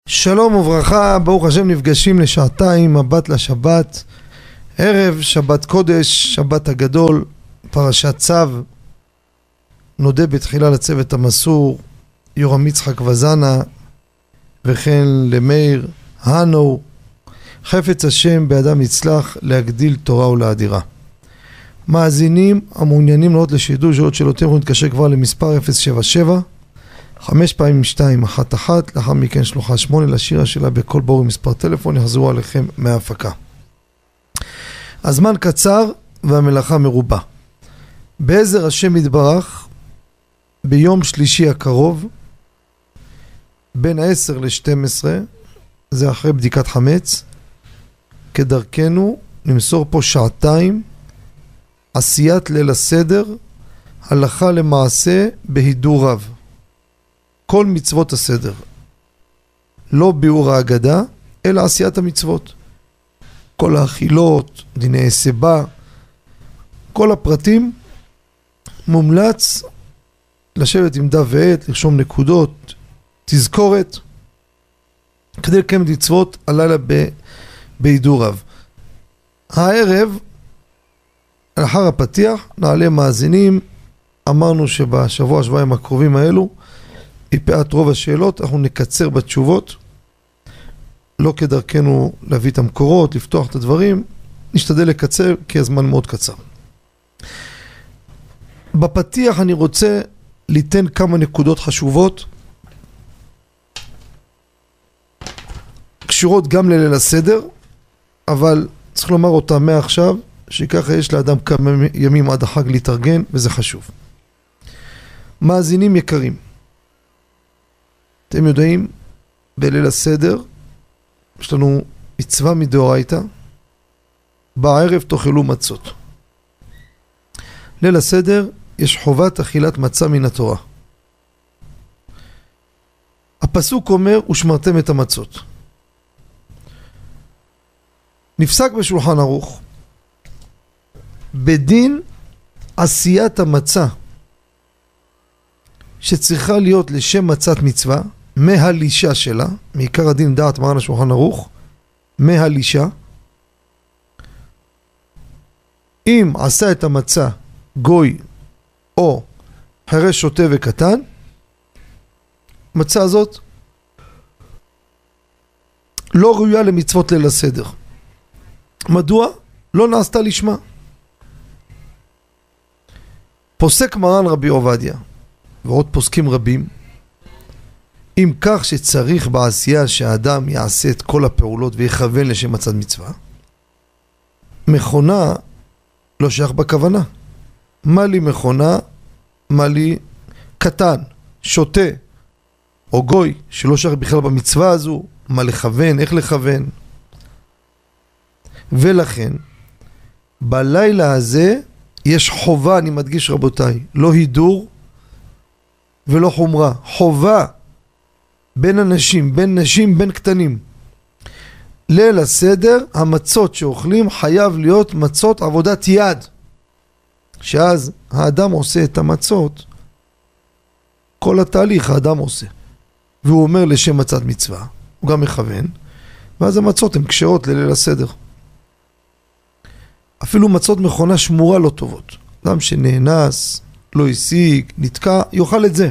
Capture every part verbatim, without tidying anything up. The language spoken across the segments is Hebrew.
שלום וברכה, ברוך השם, נפגשים לשעתיים מבט לשבת, ערב שבת קודש, שבת הגדול, פרשת צו. נודה בתחילה לצוות המסור, יורם יצחק וזנה, וכן למאיר הנו, חפץ השם באדם יצלח להגדיל תורה ולאדירה. מאזינים המעוניינים לעלות לשידור שאלות שאלותיהם יכולים להתקשר כבר למספר אפס שבע שבע חמש פעמים שתיים אחת אחת, לאחר מכן שלוחה שמונה לשיר השאלה בכל בור מספר טלפון, יחזרו עליכם מההפקה. הזמן קצר והמלאכה מרובה. בעזר השם יתברך, ביום שלישי הקרוב, בין עשר ל-שתים עשרה, זה אחרי בדיקת חמץ, כדרכנו נמסור פה שעתיים עשיית ליל הסדר, הלכה למעשה בהידור רב. כל מצוות הסדר, לא ביאור ההגדה, אלא עשיית המצוות. כל האכילות, דיני סיבה, כל הפרטים, מומלץ לשבת עם דף ועט, לרשום נקודות, תזכורת, כדי לקיים מצוות הלילה בהידור רב. הערב, לאחר הפתיח, נעלה מאזינים. אמרנו שבשבוע שבועיים הקרובים האלו, מפאת רוב השאלות, אנחנו נקצר בתשובות, לא כדרכנו להביא את המקורות, לפתוח את הדברים, נשתדל לקצר כי הזמן מאוד קצר. בפתיח אני רוצה ליתן כמה נקודות חשובות, קשורות גם לליל הסדר, אבל צריך לומר אותה מעכשיו, שככה יש לאדם כמה ימים עד החג להתארגן, וזה חשוב. מאזינים יקרים, אתם יודעים, בליל הסדר יש לנו מצווה מדאורייתא, בערב תאכלו מצות. ליל הסדר יש חובת אכילת מצה מן התורה. הפסוק אומר, ושמרתם את המצות. נפסק בשולחן ערוך, בדין עשיית המצה, שצריכה להיות לשם מצת מצווה, מהלישה שלה, מעיקר הדין דעת מרן השולחן ערוך, מהלישה. אם עשה את המצה גוי או חרש שוטה וקטן, מצה הזאת לא ראויה למצוות ליל הסדר. מדוע? לא נעשתה לשמה. פוסק מרן רבי עובדיה ועוד פוסקים רבים, אם כך שצריך בעשייה שהאדם יעשה את כל הפעולות ויכוון לשם מצד מצווה, מכונה לא שייך בכוונה. מה לי מכונה? מה לי קטן, שוטה או גוי שלא שייך בכלל במצווה הזו? מה לכוון, איך לכוון? ולכן בלילה הזה יש חובה, אני מדגיש רבותיי, לא הידור ולא חומרה, חובה בין אנשים, בין נשים, בין קטנים. ליל הסדר, המצות שאוכלים חייב להיות מצות עבודת יד, שאז האדם עושה את המצות, כל התהליך האדם עושה, והוא אומר לשם מצת מצווה, הוא גם מכוון, ואז המצות הן כשרות לליל הסדר. אפילו מצות מכונה שמורה לא טובות, אדם שנאנס, לא השיג, נתקע, יאכל את זה.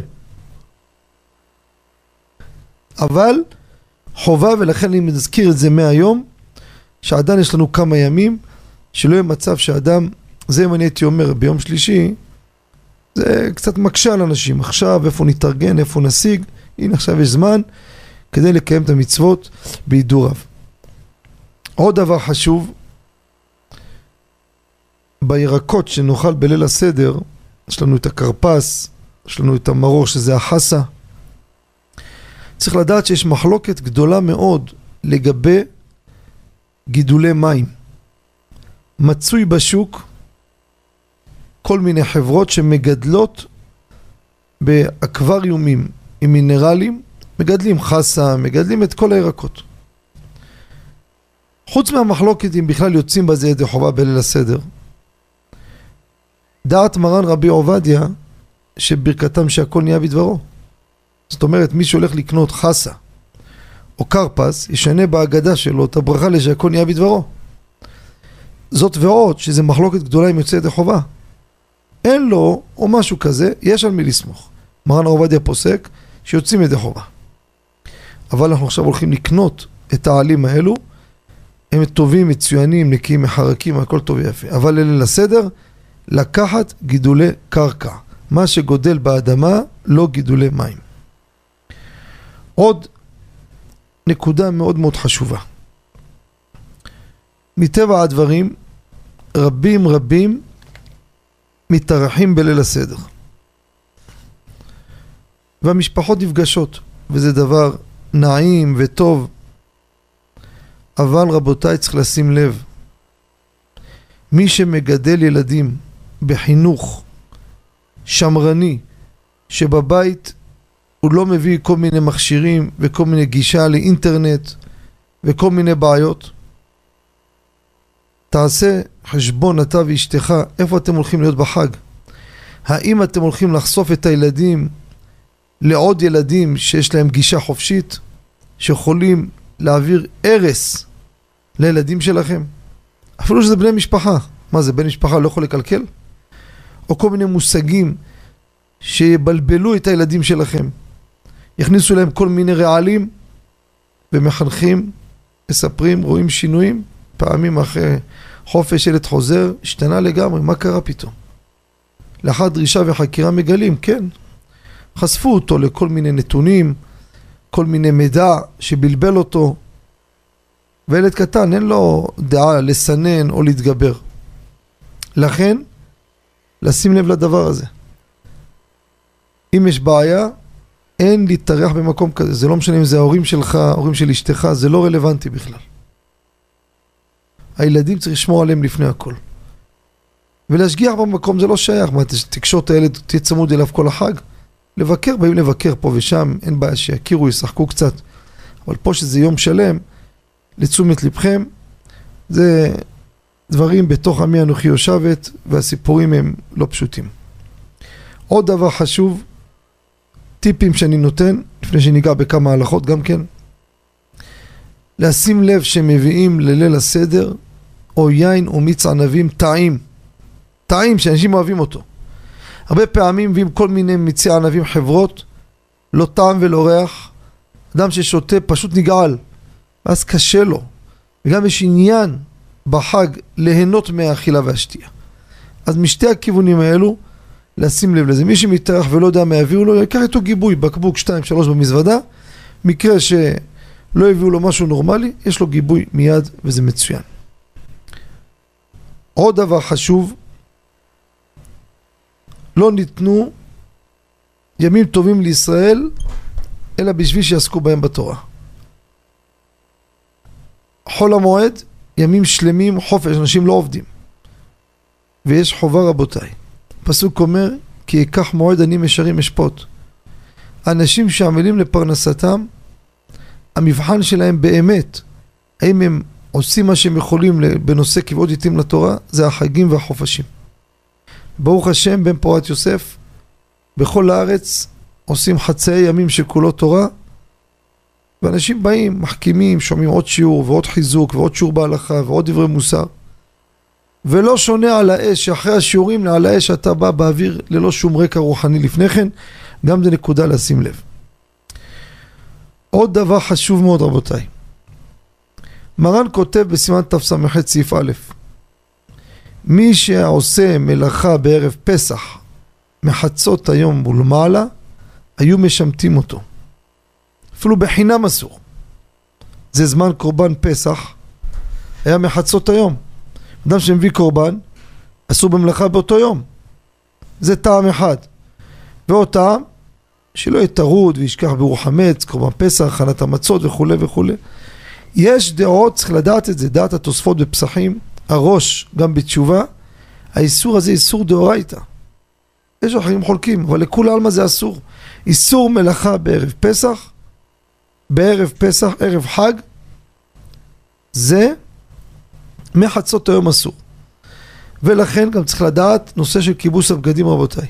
אבל חובה, ולכן אני מזכיר את זה מהיום, שעדיין יש לנו כמה ימים, שלא יהיה מצב שאדם, זה אם אני הייתי אומר ביום שלישי, זה קצת מקשה על אנשים, עכשיו איפה נתארגן, איפה נשיג, הנה עכשיו יש זמן, כדי לקיים את המצוות בהידור רב. עוד דבר חשוב, בירקות שנאכל בליל הסדר, יש לנו את הקרפס, יש לנו את המרור שזה החסה. צריך לדעת שיש מחלוקת גדולה מאוד לגבי גידולי מים. מצוי בשוק כל מיני חברות שמגדלות באקווריומים עם מינרלים, מגדלים חסה, מגדלים את כל הירקות. חוץ מהמחלוקת אם בכלל יוצאים בזה ידי חובה בליל הסדר, דעת מרן רבי עובדיה שברכתם שהכל נהיה בדברו. זאת אומרת, מי שהולך לקנות חסה או קרפס, ישנה בהגדה שלו את הברכה לשיכון נהיה בדברו. זאת ועוד, שזה מחלוקת גדולה עם יוצא ידי חובה. אין לו, או משהו כזה, יש על מי לסמוך. מרן הרב עובדיה פוסק, שיוצאים ידי חובה. אבל אנחנו עכשיו הולכים לקנות את העלים האלו, הם טובים, מצוינים, נקיים, מחרקים, הכל טוב ויפה. אבל אלה לסדר, לקחת גידולי קרקע. מה שגודל באדמה, לא גידולי מים. עוד נקודה מאוד מאוד חשובה. מטבע הדברים, רבים רבים מתארחים בליל הסדר. והמשפחות נפגשות, וזה דבר נעים וטוב. אבל רבותיי, צריך לשים לב, מי שמגדל ילדים בחינוך שמרני, שבבית הוא לא מביא כל מיני מכשירים וכל מיני גישה לאינטרנט וכל מיני בעיות, תעשה חשבון אתה ואשתך, איפה אתם הולכים להיות בחג? האם אתם הולכים לחשוף את הילדים לעוד ילדים שיש להם גישה חופשית, שיכולים להעביר הרס לילדים שלכם? אפילו שזה בני משפחה. מה זה, בן משפחה לא יכול לקלקל? או כל מיני מושגים שיבלבלו את הילדים שלכם, יכניסו להם כל מיני רעלים, ומחנכים, מספרים, רואים שינויים, פעמים אחרי חופש ילד חוזר, השתנה לגמרי, מה קרה פתאום? לאחר דרישה וחקירה מגלים, כן, חשפו אותו לכל מיני נתונים, כל מיני מידע שבלבל אותו, וילד קטן אין לו דעה לסנן או להתגבר. לכן, לשים לב לדבר הזה. אם יש בעיה, אין להתארח במקום כזה. זה לא משנה אם זה ההורים שלך, ההורים של אשתך, זה לא רלוונטי בכלל. הילדים צריך לשמור עליהם לפני הכל. ולהשגיח במקום זה לא שייך. מה, תקשור את הילד, תהיה צמוד אליו כל החג. לבקר, באים לבקר פה ושם, אין בעיה שיכירו, ישחקו קצת. אבל פה שזה יום שלם, לתשומת לבכם, זה דברים בתוך עמי אנוכי יושבת, והסיפורים הם לא פשוטים. עוד דבר חשוב, טיפים שאני נותן, לפני שניגע בכמה הלכות גם כן, לשים לב שמביאים לליל הסדר, או יין או מיץ ענבים טעים, טעים שאנשים אוהבים אותו. הרבה פעמים מביאים כל מיני מיצי ענבים חברות, לא טעם ולא ריח, אדם ששותה פשוט נגעל, ואז קשה לו, וגם יש עניין בחג ליהנות מהאכילה והשתייה. אז משתי הכיוונים האלו, לשים לב לזה. מי שמתארח ולא יודע מה יביאו לו, יקח איתו גיבוי, בקבוק שתיים שלוש במזוודה, מקרה שלא הביאו לו משהו נורמלי, יש לו גיבוי מיד וזה מצוין. עוד דבר חשוב, לא ניתנו ימים טובים לישראל, אלא בשביל שיעסקו בהם בתורה. חול המועד, ימים שלמים, חופש, אנשים לא עובדים. ויש חובה רבותיי. פסוק אומר, כי ייקח מועד אני משרים אשפוט. אנשים שעמלים לפרנסתם, המבחן שלהם באמת, האם הם עושים מה שהם יכולים בנושא כבוד עתים לתורה, זה החגים והחופשים. ברוך השם, בן פורת יוסף, בכל הארץ עושים חצאי ימים שכולו תורה, ואנשים באים, מחכימים, שומעים עוד שיעור ועוד חיזוק ועוד שיעור בהלכה ועוד דברי מוסר. ולא שונה על האש, שאחרי השיעורים על האש אתה בא באוויר ללא שום רקע רוחני לפני כן, גם זה נקודה לשים לב. עוד דבר חשוב מאוד רבותיי. מרן כותב בסימן תס"ח סעיף א', מי שעושה מלאכה בערב פסח מחצות היום ולמעלה, היו משמטים אותו. אפילו בחינם אסור. זה זמן קורבן פסח, היה מחצות היום. אדם שמביא קורבן, אסור במלאכה באותו יום. זה טעם אחד. ועוד טעם, שלא יתרוד וישכח ברוח חמץ, קורבן פסח, הכנת המצות וכו' וכו'. יש דעות, צריך לדעת את זה, דעת התוספות בפסחים, הראש גם בתשובה, האיסור הזה איסור דאורייתא. יש אחרים חולקים, אבל לכול עלמא זה אסור. איסור מלאכה בערב פסח, בערב פסח, ערב חג, זה מחצות היום אסור. ולכן גם צריך לדעת נושא של כיבוס הבגדים רבותיי.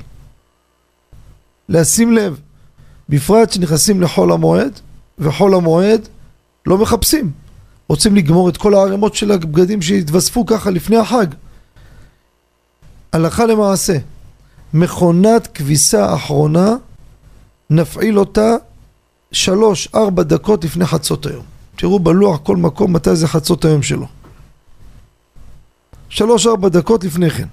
לשים לב, בפרט שנכנסים לחול המועד, וחול המועד לא מחפשים. רוצים לגמור את כל הערימות של הבגדים שהתווספו ככה לפני החג. הלכה למעשה, מכונת כביסה אחרונה, נפעיל אותה שלוש, ארבע דקות לפני חצות היום. תראו בלוח כל מקום מתי זה חצות היום שלו. שלוש, ארבע דקות לפני כן.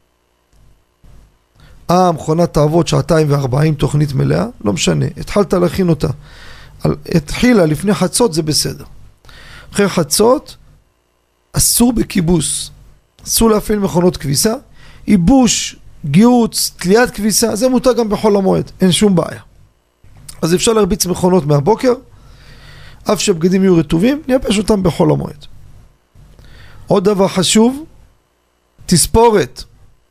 אה, המכונה תעבוד שעתיים וארבעים תוכנית מלאה, לא משנה, התחלת להכין אותה. התחילה לפני חצות זה בסדר. אחרי חצות, אסור בכיבוס, אסור להפעיל מכונות כביסה, ייבוש, גיוץ, תליית כביסה, זה מותר גם בחול המועד, אין שום בעיה. אז אפשר להרביץ מכונות מהבוקר, אף שבגדים יהיו רטובים, נייבש אותם בחול המועד. עוד דבר חשוב, תספורת.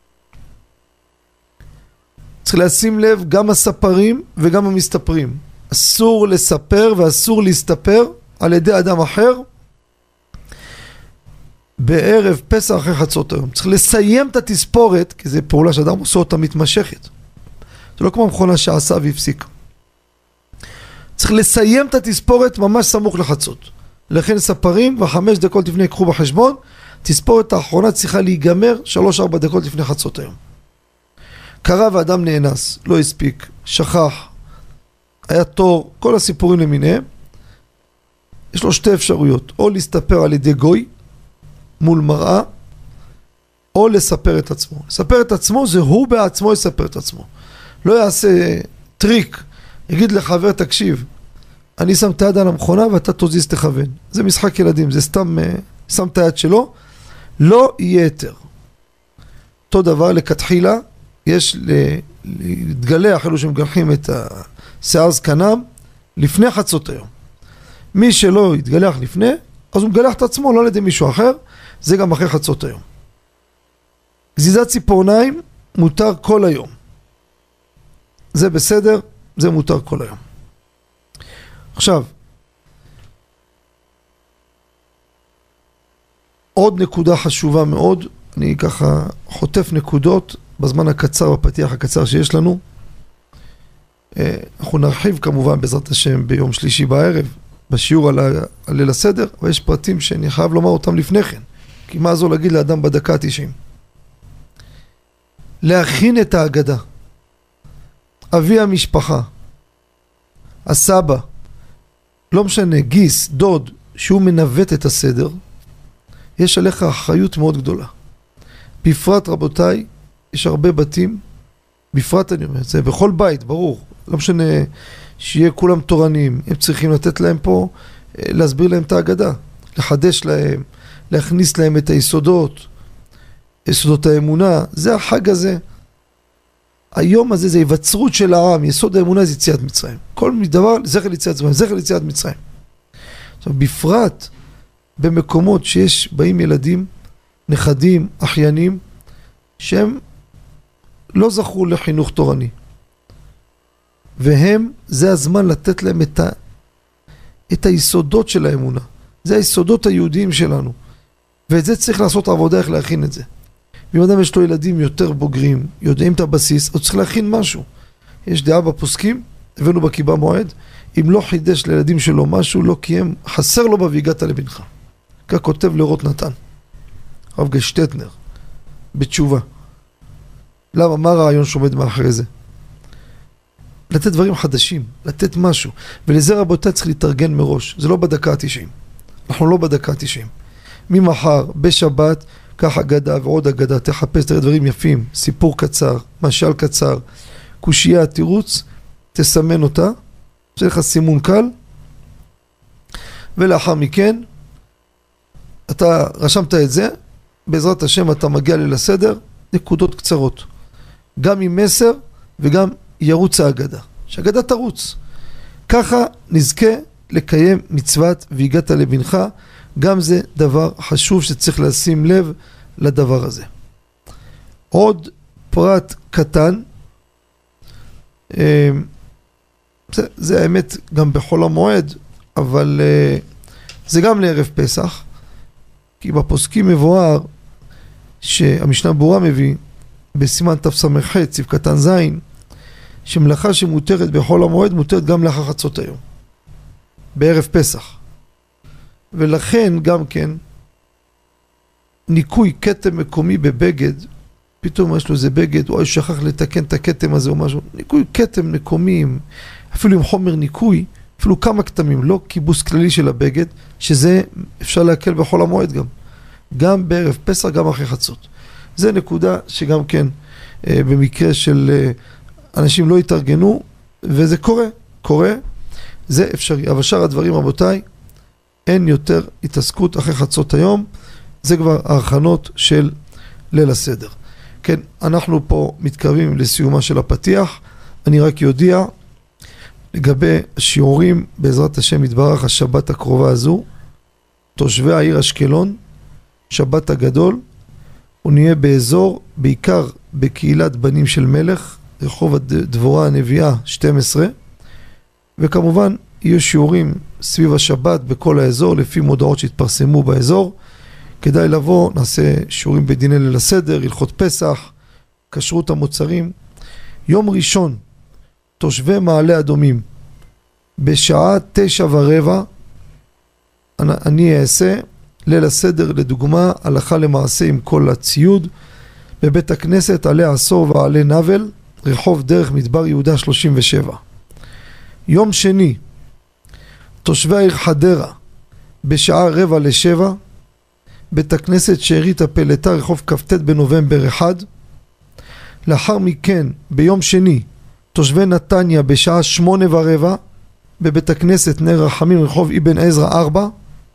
צריך לשים לב גם הספרים וגם המסתפרים. אסור לספר ואסור להסתפר על ידי אדם אחר בערב פסח אחרי חצות היום. צריך לסיים את התספורת, כי זו פעולה שאדם עושה אותה מתמשכת. זה לא כמו מכונה שעשה והפסיק. צריך לסיים את התספורת ממש סמוך לחצות. לכן ספרים וחמש דקות לפני יקחו בחשבון, תספורת האחרונה צריכה להיגמר שלוש ארבע דקות לפני חצות היום. קרה ואדם נאנס, לא הספיק, שכח, היה תור, כל הסיפורים למיניהם. יש לו שתי אפשרויות, או להסתפר על ידי גוי מול מראה, או לספר את עצמו. לספר את עצמו זה הוא בעצמו יספר את עצמו. לא יעשה טריק, יגיד לחבר תקשיב, אני שם את היד על המכונה ואתה תוזיז תכוון. זה משחק ילדים, זה סתם שם את היד שלו, לא יהיה יותר. אותו דבר לכתחילה, יש להתגלח, אלו שמגלחים את השיער זקנם, לפני חצות היום. מי שלא יתגלח לפני, אז הוא מגלח את עצמו, לא על ידי מישהו אחר, זה גם אחרי חצות היום. גזיזת ציפורניים מותר כל היום. זה בסדר, זה מותר כל היום. עכשיו, עוד נקודה חשובה מאוד, אני ככה חוטף נקודות בזמן הקצר, בפתיח הקצר שיש לנו. אנחנו נרחיב כמובן בעזרת השם ביום שלישי בערב, בשיעור על ליל הסדר, אבל יש פרטים שאני חייב לומר אותם לפני כן, כי מה זו להגיד לאדם בדקה התשעים. להכין את ההגדה. אבי המשפחה, הסבא, לא משנה, גיס, דוד, שהוא מנווט את הסדר, יש עליך אחריות מאוד גדולה. בפרט רבותיי, יש הרבה בתים, בפרט אני אומר, זה בכל בית, ברור, לא משנה שיהיה כולם תורניים, הם צריכים לתת להם פה, להסביר להם את ההגדה, לחדש להם, להכניס להם את היסודות, יסודות האמונה, זה החג הזה. היום הזה זה היווצרות של העם, יסוד האמונה זה יציאת מצרים. כל דבר, זכר ליציאת מצרים, זכר ליציאת מצרים. עכשיו, בפרט במקומות שיש באים ילדים, נכדים, אחיינים, שהם לא זכו לחינוך תורני. והם, זה הזמן לתת להם את, ה, את היסודות של האמונה. זה היסודות היהודיים שלנו. ואת זה צריך לעשות עבודה איך להכין את זה. ואם אדם יש לו ילדים יותר בוגרים, יודעים את הבסיס, הוא צריך להכין משהו. יש דעה בפוסקים, הבאנו בקיבה מועד, אם לא חידש לילדים שלו משהו, לא קיים, חסר לו בויגעת לבנך. כך כותב לרות נתן, הרב גשטטנר, בתשובה. למה? מה הרעיון שעומד מאחורי זה? לתת דברים חדשים, לתת משהו. ולזה רבותיי צריך להתארגן מראש. זה לא בדקה התשעים. אנחנו לא בדקה התשעים. ממחר, בשבת, קח אגדה ועוד אגדה, תחפש, תראה דברים יפים, סיפור קצר, משל קצר, קושייה, תירוץ, תסמן אותה, יש לך סימון קל, ולאחר מכן, אתה רשמת את זה, בעזרת השם אתה מגיע ליל הסדר, נקודות קצרות, גם עם מסר וגם ירוץ האגדה, שהאגדה תרוץ, ככה נזכה לקיים מצוות והגעת לבנך, גם זה דבר חשוב שצריך לשים לב לדבר הזה. עוד פרט קטן, זה, זה האמת גם בחול המועד, אבל זה גם לערב פסח, כי בפוסקים מבואר שהמשנה ברורה מביא בסימן תס"ח סעיף קטן ז' שמלאכה שמותרת בחול המועד מותרת גם לאחר חצות היום, בערב פסח. ולכן גם כן ניקוי כתם מקומי בבגד, פתאום יש לו איזה בגד, או שכח לתקן את הכתם הזה או משהו, ניקוי כתם מקומיים, אפילו עם חומר ניקוי, אפילו כמה כתמים, לא כיבוס כללי של הבגד, שזה אפשר להקל בכל המועד גם. גם בערב פסח, גם אחרי חצות. זה נקודה שגם כן, אה, במקרה של אה, אנשים לא התארגנו, וזה קורה, קורה, זה אפשרי. אבל שאר הדברים, רבותיי, אין יותר התעסקות אחרי חצות היום, זה כבר ההכנות של ליל הסדר. כן, אנחנו פה מתקרבים לסיומה של הפתיח, אני רק יודיע, לגבי השיעורים בעזרת השם יתברך השבת הקרובה הזו, תושבי העיר אשקלון, שבת הגדול, ונהיה באזור, בעיקר בקהילת בנים של מלך, רחוב דבורה הנביאה שתים עשרה, וכמובן יהיו שיעורים סביב השבת בכל האזור, לפי מודעות שהתפרסמו באזור. כדאי לבוא, נעשה שיעורים בדיני ליל הסדר, הלכות פסח, כשרות המוצרים. יום ראשון, תושבי מעלה אדומים, בשעה תשע ורבע, אני אעשה ליל הסדר לדוגמה, הלכה למעשה עם כל הציוד, בבית הכנסת עלי עשור ועלי נבל, רחוב דרך מדבר יהודה שלושים ושבע. יום שני, תושבי העיר חדרה, בשעה רבע לשבע, בית הכנסת שארית הפלטה, רחוב כ"ט בנובמבר אחד. לאחר מכן, ביום שני, תושבי נתניה בשעה שמונה ורבע, בבית הכנסת נר רחמים, רחוב אבן עזרא ארבע.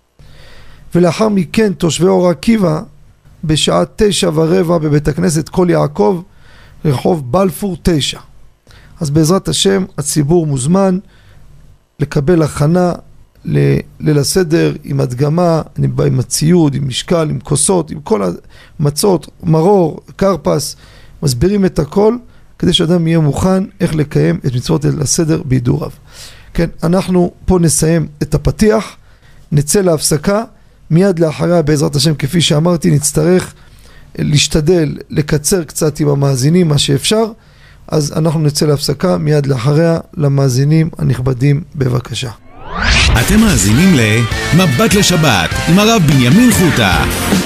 ולאחר מכן, תושבי אור עקיבא, בשעה תשע ורבע, בבית הכנסת כל יעקב, רחוב בלפור תשע. אז בעזרת השם, הציבור מוזמן לקבל הכנה ליל הסדר עם הדגמה, אני בא עם הציוד, עם משקל, עם כוסות, עם כל המצות, מרור, קרפס, מסבירים את הכל, כדי שאדם יהיה מוכן איך לקיים את מצוות ליל הסדר בידור רב. כן, אנחנו פה נסיים את הפתיח, נצא להפסקה, מיד לאחריה בעזרת השם, כפי שאמרתי, נצטרך להשתדל, לקצר קצת עם המאזינים, מה שאפשר, אז אנחנו נצא להפסקה, מיד לאחריה למאזינים הנכבדים, בבקשה. אתם מאזינים למבט לשבת עם הרב בנימין חוטה.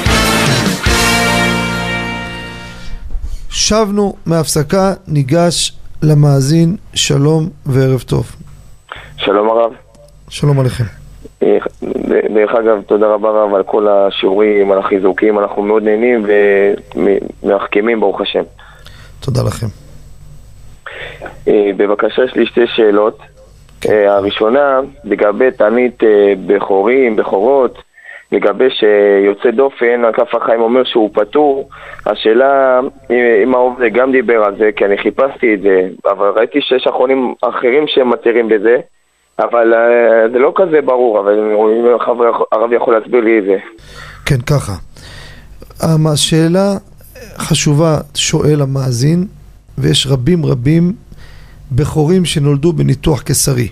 שבנו מהפסקה, ניגש למאזין. שלום וערב טוב. שלום הרב. שלום עליכם. דרך אגב, תודה רבה רב על כל השיעורים, על החיזוקים, אנחנו מאוד נהנים ומחכימים ברוך השם. תודה לכם. בבקשה, יש לי שתי שאלות. הראשונה, לגבי תענית בחורים, בחורות, לגבי שיוצא דופן, הכף החיים אומר שהוא פטור. השאלה, אם האוב זה גם דיבר על זה, כי אני חיפשתי את זה, אבל ראיתי שיש אחרונים אחרים שהם מתירים בזה, אבל זה לא כזה ברור, אבל הרב יכול להסביר לי את זה. כן, ככה. השאלה חשובה, שואל המאזין, ויש רבים רבים בחורים שנולדו בניתוח קיסרי.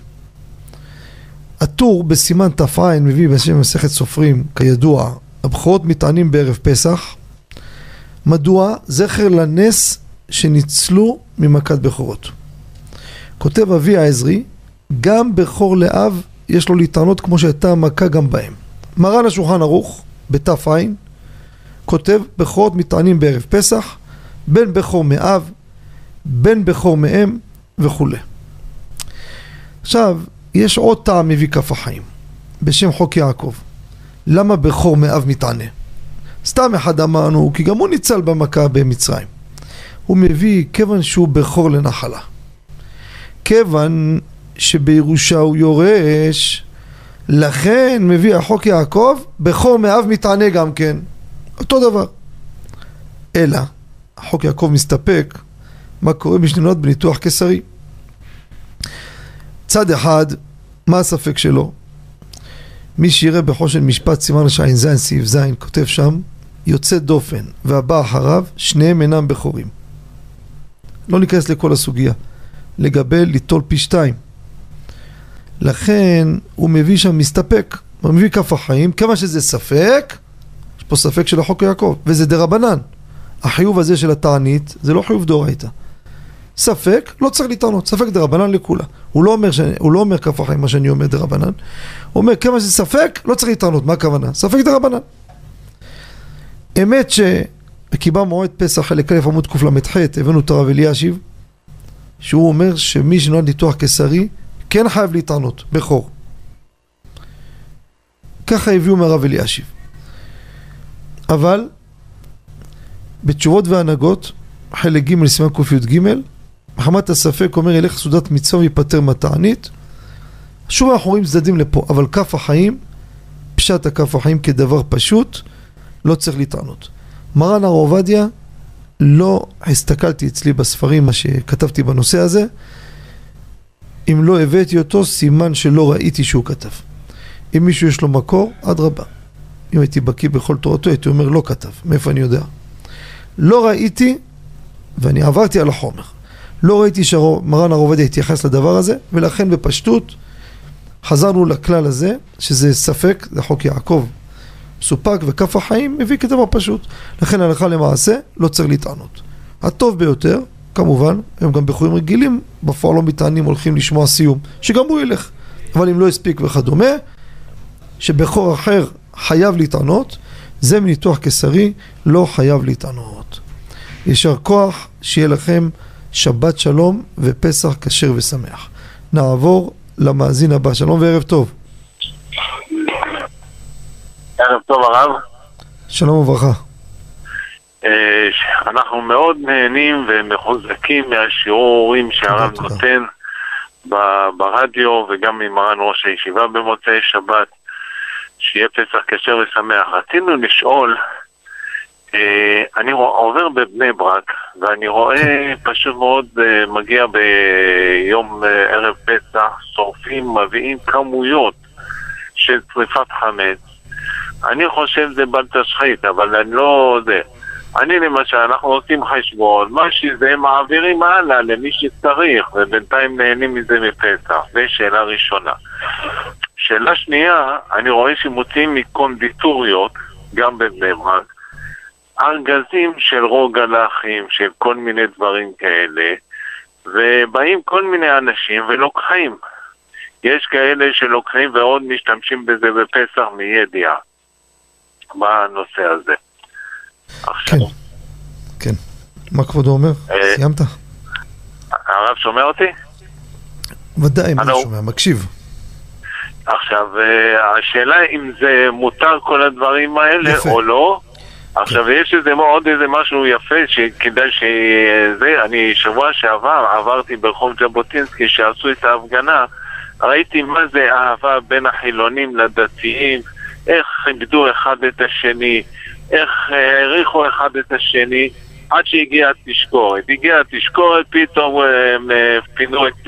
הטור בסימן תפעין מביא בשם מסכת סופרים, כידוע, הבכורות מתענים בערב פסח. מדוע? זכר לנס שניצלו ממכת בכורות. כותב אבי העזרי, גם בכור לאב יש לו להתענות כמו שהייתה מכה גם בהם. מרן השולחן ערוך בתפעין כותב בכורות מתענים בערב פסח, בין בכור מאב, בין בכור מאם וכו'. עכשיו, יש עוד טעם מביא כף החיים בשם חוק יעקב. למה בכור מאב מתענה? סתם אחד אמרנו, כי גם הוא ניצל במכה במצרים. הוא מביא כיוון שהוא בכור לנחלה. כיוון שבירושה הוא יורש, לכן מביא החוק יעקב, בכור מאב מתענה גם כן. אותו דבר. אלא, החוק יעקב מסתפק מה קורה בשנונות בניתוח קיסרי. צד אחד, מה הספק שלו? מי שיראה בחושן משפט סימן שעין זין סעיף זין, כותב שם, יוצא דופן והבא אחריו, שניהם אינם בכורים. לא ניכנס לכל הסוגיה. לגבי ליטול פי שתיים. לכן הוא מביא שם מסתפק, הוא מביא כף החיים, כמה שזה ספק, יש פה ספק של החוק יעקב, וזה דרבנן. החיוב הזה של התענית, זה לא חיוב דאורייתא. ספק, לא צריך להתענות, ספק דרבנן לכולה. הוא לא אומר, שאני, הוא לא אומר כף החיים מה שאני אומר דרבנן, הוא אומר כמה זה ספק, לא צריך להתענות, מה הכוונה? ספק דרבנן. אמת שקיבה מועד פסח חלק א' עמוד קל"ח, הבאנו את הרב אלישיב, שהוא אומר שמי שנולד ניתוח קיסרי, כן חייב להתענות, בכור. ככה הביאו מהרב אלישיב. אבל, בתשובות והנהגות, חלק ג' לסימן ק"ג, מחמת הספק אומר ילך סעודת מצווה ויפטר מתענית. שוב אנחנו רואים צדדים לפה, אבל כף החיים, פשט הכף החיים כדבר פשוט, לא צריך להתענות. מרן הר עובדיה, לא הסתכלתי אצלי בספרים מה שכתבתי בנושא הזה, אם לא הבאתי אותו, סימן שלא ראיתי שהוא כתב. אם מישהו יש לו מקור, עד רבה. אם הייתי בקיא בכל תורתו, הייתי אומר לא כתב. מאיפה אני יודע? לא ראיתי, ואני עברתי על החומר, לא ראיתי שמרן הר עובדיה התייחס לדבר הזה, ולכן בפשטות חזרנו לכלל הזה, שזה ספק, זה חוק יעקב, סופק וכף החיים, מביא כדבר פשוט. לכן הלכה למעשה לא צריך להתענות. הטוב ביותר, כמובן, הם גם בחורים רגילים, בפועל לא מתענים, הולכים לשמוע סיום, שגם הוא ילך. אבל אם לא הספיק וכדומה, שבחור אחר חייב להתענות, זה מניתוח קיסרי, לא חייב להתענות. ישר כוח, שיהיה לכם שבת שלום ופסח כשר ושמח. נעבור למאזין הבא. שלום וערב טוב. ערב טוב הרב. שלום וברכה. אנחנו מאוד נהנים ומחוזקים מהשיעורים שהרב נותן ברדיו וגם ממרן ראש הישיבה במוצאי שבת, שיהיה פסח כשר ושמח. רצינו לשאול, אני עובר בבני ברק ואני רואה פשוט מאוד מגיע ביום ערב פסח, שורפים, מביאים כמויות של שריפת חמץ. אני חושב זה בל תשחית, אבל אני לא זה. אני למשל, אנחנו עושים חשבון, מה שזה מעבירים הלאה למי שצריך, ובינתיים נהנים מזה מפסח. זה שאלה ראשונה. שאלה שנייה, אני רואה שמוצאים מקונדיטוריות, גם בבני ברק, ארגזים של רוגלחים, של כל מיני דברים כאלה, ובאים כל מיני אנשים ולוקחים. יש כאלה שלוקחים ועוד משתמשים בזה בפסח מידיעה. מה הנושא הזה? כן, כן. מה כבודו אומר? סיימת? הרב שומע אותי? ודאי, מה שומע? מקשיב. עכשיו, השאלה אם זה מותר כל הדברים האלה או לא. עכשיו, יש איזה עוד איזה משהו יפה שכדאי שזה, אני שבוע שעבר עברתי ברחוב ז'בוטינסקי שעשו את ההפגנה, ראיתי מה זה אהבה בין החילונים לדתיים, איך כיבדו אחד את השני, איך העריכו אחד את השני, עד שהגיעה התשקורת. הגיעה התשקורת, פתאום הם פינו את,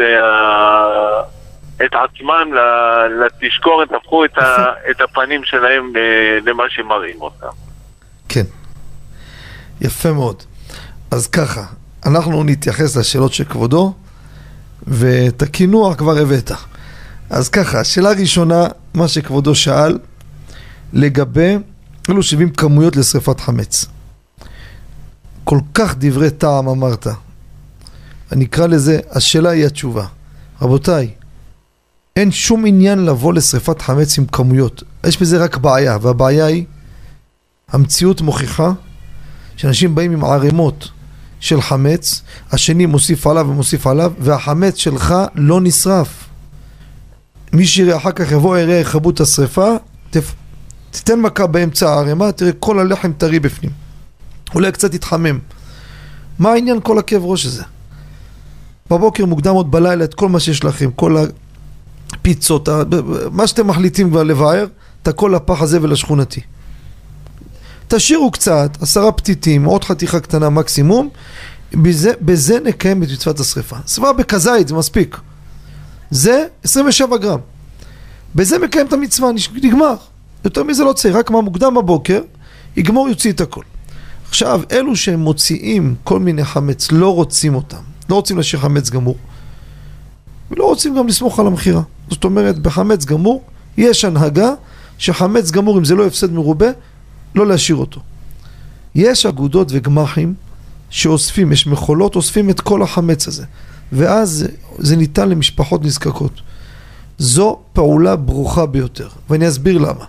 את עצמם לתשקורת, הפכו את, ה, את הפנים שלהם למה שמראים אותם. כן, יפה מאוד. אז ככה, אנחנו נתייחס לשאלות של כבודו, ואת הכינוח כבר הבאת. אז ככה, השאלה הראשונה, מה שכבודו שאל, לגבי אלו שבעים כמויות לשריפת חמץ. כל כך דברי טעם אמרת. אני אקרא לזה, השאלה היא התשובה. רבותיי, אין שום עניין לבוא לשריפת חמץ עם כמויות. יש בזה רק בעיה, והבעיה היא, המציאות מוכיחה שאנשים באים עם ערימות של חמץ, השני מוסיף עליו ומוסיף עליו, והחמץ שלך לא נשרף. מי שיראה אחר כך יבוא יראה יכבו את השריפה, תפ... תתן מכה באמצע הערימה, תראה כל הלחם טרי בפנים. אולי קצת יתחמם. מה העניין כל הכאב ראש הזה? בבוקר מוקדם עוד בלילה את כל מה שיש לכם, כל הפיצות, מה שאתם מחליטים כבר לבאר, את הכל הפח הזה ולשכונתי. תשאירו קצת, עשרה פתיתים, עוד חתיכה קטנה מקסימום, בזה, בזה נקיים את מצוות השריפה. שריפה בכזית, זה מספיק. זה עשרים ושבע גרם. בזה מקיים את המצווה, נגמר. יותר מזה לא צריך, רק מה מוקדם בבוקר, יגמור יוציא את הכל. עכשיו, אלו שהם מוציאים כל מיני חמץ, לא רוצים אותם. לא רוצים להשאיר חמץ גמור. ולא רוצים גם לסמוך על המחירה. זאת אומרת, בחמץ גמור, יש הנהגה שחמץ גמור, אם זה לא הפסד מרובה, לא להשאיר אותו. יש אגודות וגמחים שאוספים, יש מחולות, אוספים את כל החמץ הזה, ואז זה ניתן למשפחות נזקקות. זו פעולה ברוכה ביותר, ואני אסביר למה.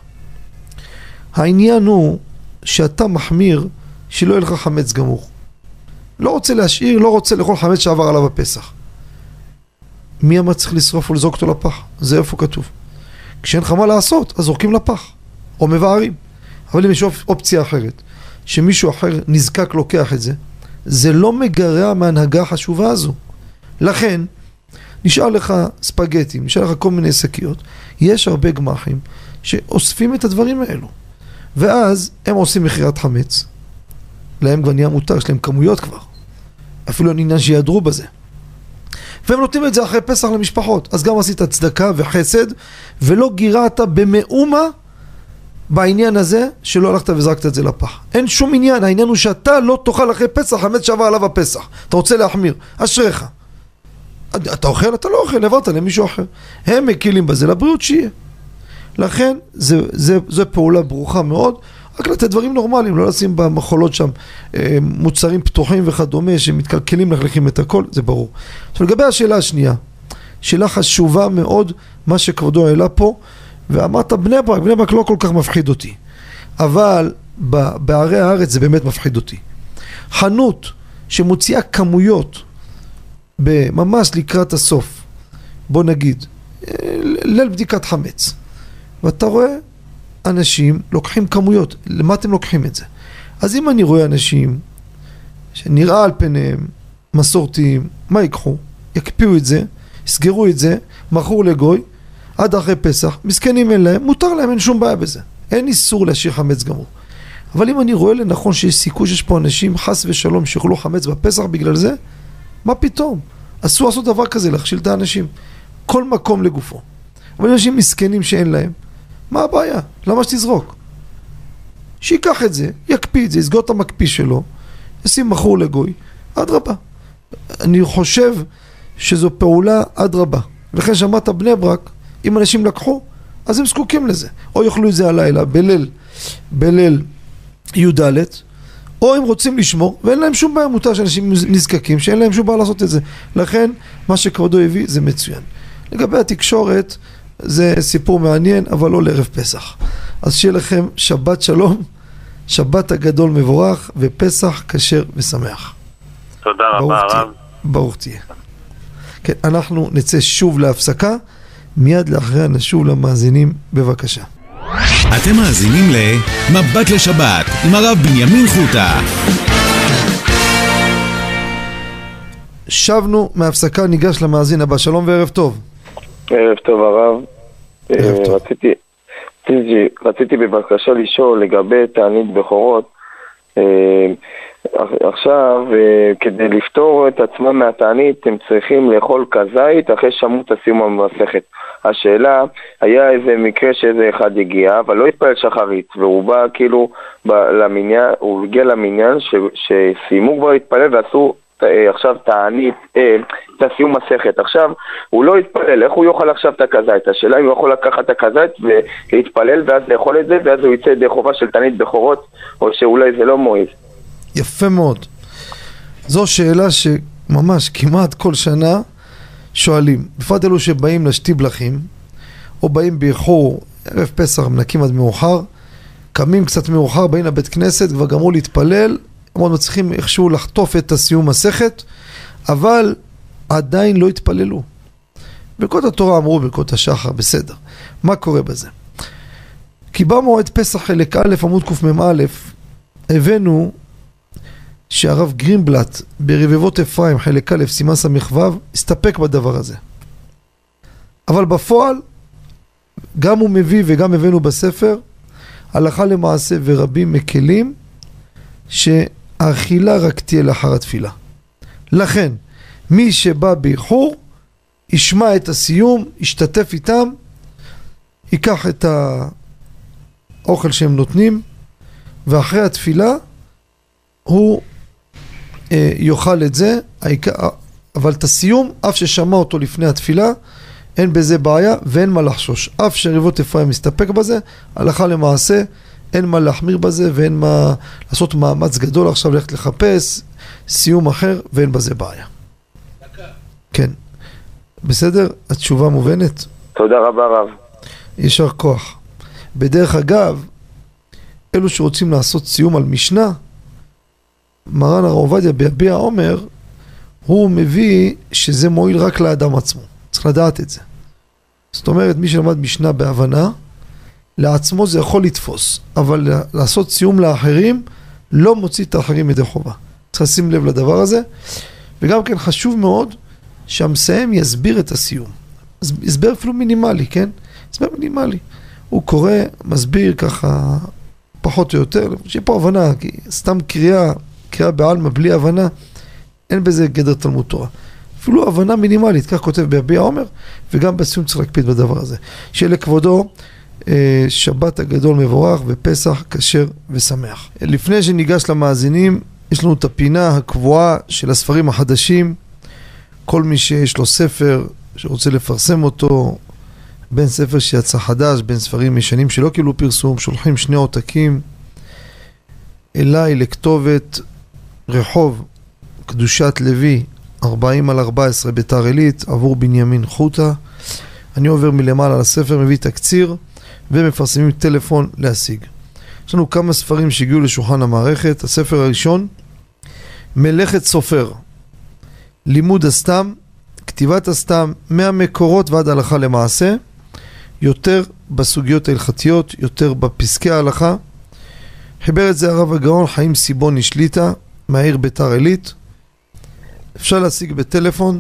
העניין הוא שאתה מחמיר שלא יהיה לך חמץ גמור. לא רוצה להשאיר, לא רוצה לאכול חמץ שעבר עליו הפסח. מי אמר צריך לשרוף או לזרוק אותו לפח? זה איפה כתוב. כשאין לך מה לעשות, אז זורקים לפח, או מבארים. אבל אם יש אופציה אחרת, שמישהו אחר נזקק לוקח את זה, זה לא מגרע מהנהגה החשובה הזו. לכן, נשאר לך ספגטים, נשאר לך כל מיני שקיות. יש הרבה גמחים שאוספים את הדברים האלו. ואז הם עושים מחירת חמץ. להם כבר נהיה מותר, יש להם כמויות כבר. אפילו אין עניין שידרו בזה. והם נותנים את זה אחרי פסח למשפחות. אז גם עשית צדקה וחסד, ולא גירעת במאומה בעניין הזה שלא הלכת וזרקת את זה לפח. אין שום עניין, העניין הוא שאתה לא תאכל אחרי פסח חמץ שעבר עליו הפסח. אתה רוצה להחמיר, אשריך. אתה אוכל, אתה לא אוכל, עברת למישהו אחר. הם מקילים בזה לבריאות שיהיה. לכן, זה, זה, זה פעולה ברוכה מאוד, רק לתת דברים נורמליים, לא לשים במחולות שם מוצרים פתוחים וכדומה, שמתקלקלים לחלכים את הכל, זה ברור. עכשיו, לגבי השאלה השנייה, שאלה חשובה מאוד, מה שכבודו העלה פה, ואמרת בני ברק, בני ברק לא כל כך מפחיד אותי, אבל בערי הארץ זה באמת מפחיד אותי. חנות שמוציאה כמויות, ממש לקראת הסוף, בוא נגיד, ליל בדיקת חמץ, ואתה רואה אנשים לוקחים כמויות, למה אתם לוקחים את זה? אז אם אני רואה אנשים שנראה על פניהם מסורתיים, מה ייקחו? יקפיאו את זה, יסגרו את זה, מכור לגוי, עד אחרי פסח, מסכנים אין להם, מותר להם, אין שום בעיה בזה. אין איסור להשאיר חמץ גמור. אבל אם אני רואה לנכון שיש סיכוי שיש פה אנשים חס ושלום שיאכלו חמץ בפסח בגלל זה, מה פתאום? אסור לעשות דבר כזה, להכשיל את האנשים. כל מקום לגופו. אבל אנשים מסכנים שאין להם, מה הבעיה? למה שתזרוק? שיקח את זה, יקפיא את זה, יסגור את המקפיא שלו, ישים מכור לגוי, עד רבה. אני חושב שזו פעולה עד רבה. וכן שמעת בני ברק, אם אנשים לקחו, אז הם זקוקים לזה. או יאכלו את זה הלילה, בליל, בליל י"ד, או הם רוצים לשמור, ואין להם שום בעיה, מותר שאנשים נזקקים, שאין להם שום בעיה לעשות את זה. לכן, מה שכבודו הביא זה מצוין. לגבי התקשורת, זה סיפור מעניין, אבל לא לערב פסח. אז שיהיה לכם שבת שלום, שבת הגדול מבורך, ופסח כשר ושמח. תודה רבה הרב. ברוך תהיה. כן, אנחנו נצא שוב להפסקה, מיד לאחריה נשוב למאזינים, בבקשה. אתם מאזינים למבט לשבת עם הרב בנימין חוטה. שבנו מהפסקה, ניגש למאזין הבא. שלום וערב טוב. ערב טוב הרב. ערב טוב. רציתי, רציתי, רציתי בבקשה לשאול לגבי תענית בכורות. עכשיו, כדי לפתור את עצמם מהתענית, הם צריכים לאכול כזית אחרי שמות הסיום המסכת. השאלה, היה איזה מקרה שאיזה אחד הגיע, אבל לא התפלל שחרית, והוא בא כאילו למניין, הוא הגיע למניין ש, שסיימו כבר להתפלל ועשו עכשיו תענית, את הסיום מסכת. עכשיו, הוא לא התפלל, איך הוא יאכל עכשיו את הכזית? השאלה אם הוא יכול לקחת את הכזית ולהתפלל ואז לאכול את זה, ואז הוא יצא ידי חובה של תענית בכורות, או שאולי זה לא מועיל. יפה מאוד. זו שאלה שממש כמעט כל שנה שואלים. בפרט אלו שבאים לשתי בלחים, או באים באיחור, ערב פסח מנקים עד מאוחר, קמים קצת מאוחר, באים לבית כנסת, כבר גמרו להתפלל, מאוד מצליחים איכשהו לחטוף את הסיום מסכת, אבל עדיין לא התפללו. ברכות התורה אמרו ברכות השחר, בסדר. מה קורה בזה? כי במועד פסח חלק א' עמוד קמ"א, הבאנו שהרב גרינבלט ברבבות אפרים חלק א' סימן סמ"ו הסתפק בדבר הזה. אבל בפועל גם הוא מביא וגם הבאנו בספר הלכה למעשה ורבים מקלים שהאכילה רק תהיה לאחר התפילה. לכן מי שבא באיחור ישמע את הסיום, ישתתף איתם, ייקח את האוכל שהם נותנים, ואחרי התפילה הוא אה, יאכל את זה, אבל את הסיום, אף ששמע אותו לפני התפילה, אין בזה בעיה ואין מה לחשוש. אף שרבבות אפרים מסתפק בזה, הלכה למעשה אין מה להחמיר בזה ואין מה לעשות מאמץ גדול עכשיו ללכת לחפש סיום אחר ואין בזה בעיה. כן. בסדר? התשובה מובנת? תודה רבה רב. ישר כוח. בדרך אגב, אלו שרוצים לעשות סיום על משנה, מרן הרב עובדיה ביביע אומר, הוא מביא שזה מועיל רק לאדם עצמו. צריך לדעת את זה. זאת אומרת, מי שלמד משנה בהבנה, לעצמו זה יכול לתפוס, אבל לעשות סיום לאחרים, לא מוציא את האחרים מדי חובה. צריך לשים לב לדבר הזה, וגם כן חשוב מאוד, שהמסיים יסביר את הסיום. הסבר אפילו מינימלי, כן? הסבר מינימלי. הוא קורא, מסביר ככה, פחות או יותר, שיהיה פה הבנה, כי סתם קריאה, קריאה בעלמא בלי הבנה, אין בזה גדר תלמוד תורה. אפילו הבנה מינימלית, כך כותב ביביע עומר, וגם בסיום צריך להקפיד בדבר הזה. שיהיה לכבודו, שבת הגדול מבורך ופסח כשר ושמח. לפני שניגש למאזינים, יש לנו את הפינה הקבועה של הספרים החדשים. כל מי שיש לו ספר שרוצה לפרסם אותו, בין ספר שיצא חדש, בין ספרים ישנים שלא קיבלו פרסום, שולחים שני עותקים אליי לכתובת רחוב קדושת לוי ארבעים על ארבע עשרה ביתר עילית עבור בנימין חוטה. אני עובר מלמעלה לספר, מביא תקציר ומפרסמים טלפון להשיג. יש לנו כמה ספרים שהגיעו לשולחן המערכת. הספר הראשון, מלאכת סופר, לימוד הסתם, כתיבת הסתם, מהמקורות ועד הלכה למעשה, יותר בסוגיות ההלכתיות, יותר בפסקי ההלכה. חיבר את זה הרב הגאון חיים סיבוני שליטה מהעיר ביתר עילית. אפשר להשיג בטלפון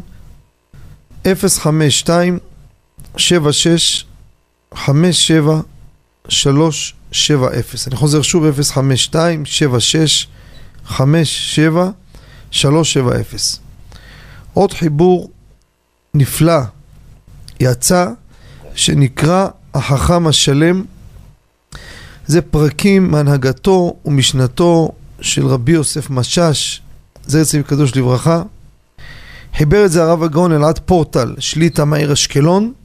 אפס חמש שתיים שבע שש חמש שבע שלוש שבע אפס. אני חוזר שוב, אפס חמש שתיים שבע שש חמש שבע שלוש שבע אפס. עוד חיבור נפלא יצא שנקרא החכם השלם. זה פרקים מהנהגתו ומשנתו של רבי יוסף משש, זכר צדיק וקדוש לברכה. חיבר את זה הרב הגאון אלעד פורטל שליטה מהעיר אשקלון.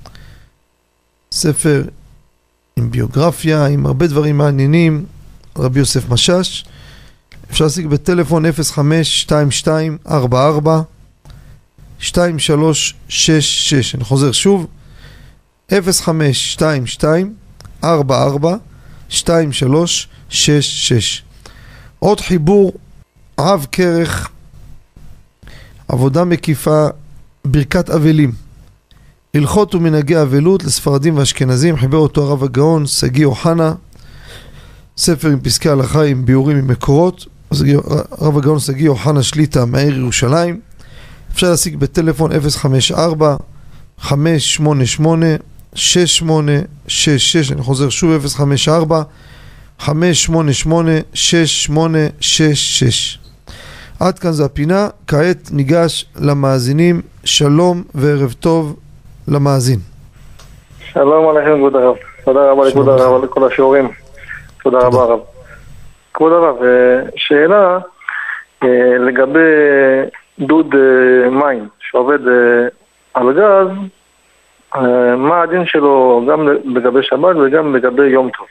ספר עם ביוגרפיה, עם הרבה דברים מעניינים, רבי יוסף משש. אפשר להשיג בטלפון אפס חמש שתיים שתיים ארבע ארבע שתיים שלוש שש שש. אני חוזר שוב, אפס חמש שתיים שתיים ארבע ארבע שתיים שלוש שש שש. עוד חיבור, עב כרך, עבודה מקיפה, ברכת אבלים, הלכות ומנהגי אבלות לספרדים ואשכנזים. חיבר אותו הרב הגאון שגיא אוחנה, ספר עם פסקי הלכה עם ביאורים עם מקורות. הרב הגאון שגיא אוחנה שליטה מהעיר ירושלים. אפשר להשיג בטלפון אפס חמש ארבע חמש שמונה שמונה שש שמונה שש שש. אני חוזר שוב, אפס חמש ארבע חמש שמונה שמונה שש שמונה שש שש. עד כאן זה הפינה. כעת ניגש למאזינים. שלום וערב טוב למאזין. שלום עליכם כבוד הרב. תודה רבה לכבוד הרב על כל השיעורים. תודה רבה רב. כבוד הרב, שאלה לגבי דוד מים שעובד על גז, מה הדין שלו גם לגבי שבת וגם לגבי יום טוב?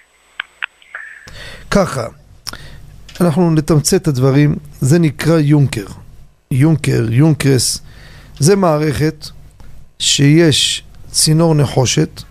ככה, אנחנו נתמצת את הדברים. זה נקרא יונקר. יונקר, יונקרס, זה מערכת שיש צינור נחושת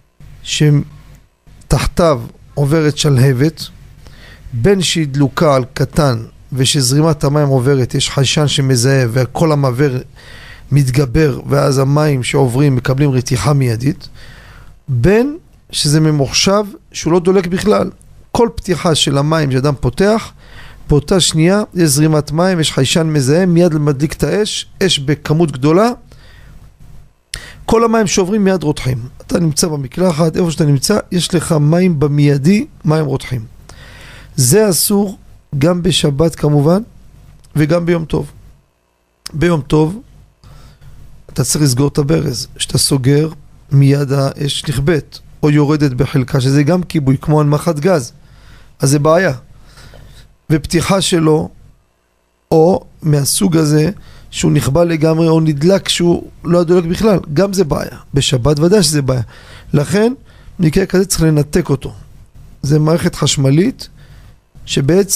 שתחתיו עוברת שלהבת, בין שהיא דלוקה על קטן ושזרימת המים עוברת, יש חיישן שמזהה וכל המעבר מתגבר ואז המים שעוברים מקבלים רתיחה מיידית, בין שזה ממוחשב שהוא לא דולק בכלל. כל פתיחה של המים שאדם פותח, באותה שנייה יש זרימת מים, יש חיישן מזהה, מיד מדליק את האש, אש בכמות גדולה, כל המים שעוברים מיד רותחים. אתה נמצא במקלחת, איפה שאתה נמצא, יש לך מים במיידי, מים רותחים. זה אסור גם בשבת כמובן, וגם ביום טוב. ביום טוב, אתה צריך לסגור את הברז. שאתה סוגר, מיד האש נכבט, או יורדת בחלקה, שזה גם כיבוי, כמו הנמכת גז. אז זה בעיה. ופתיחה שלו, או מהסוג הזה, שהוא נכבה לגמרי, או נדלק שהוא לא דולק בכלל, גם זה בעיה. בשבת ודאי שזה בעיה. לכן, מקרה כזה צריך לנתק אותו. זה מערכת חשמלית, שבעצם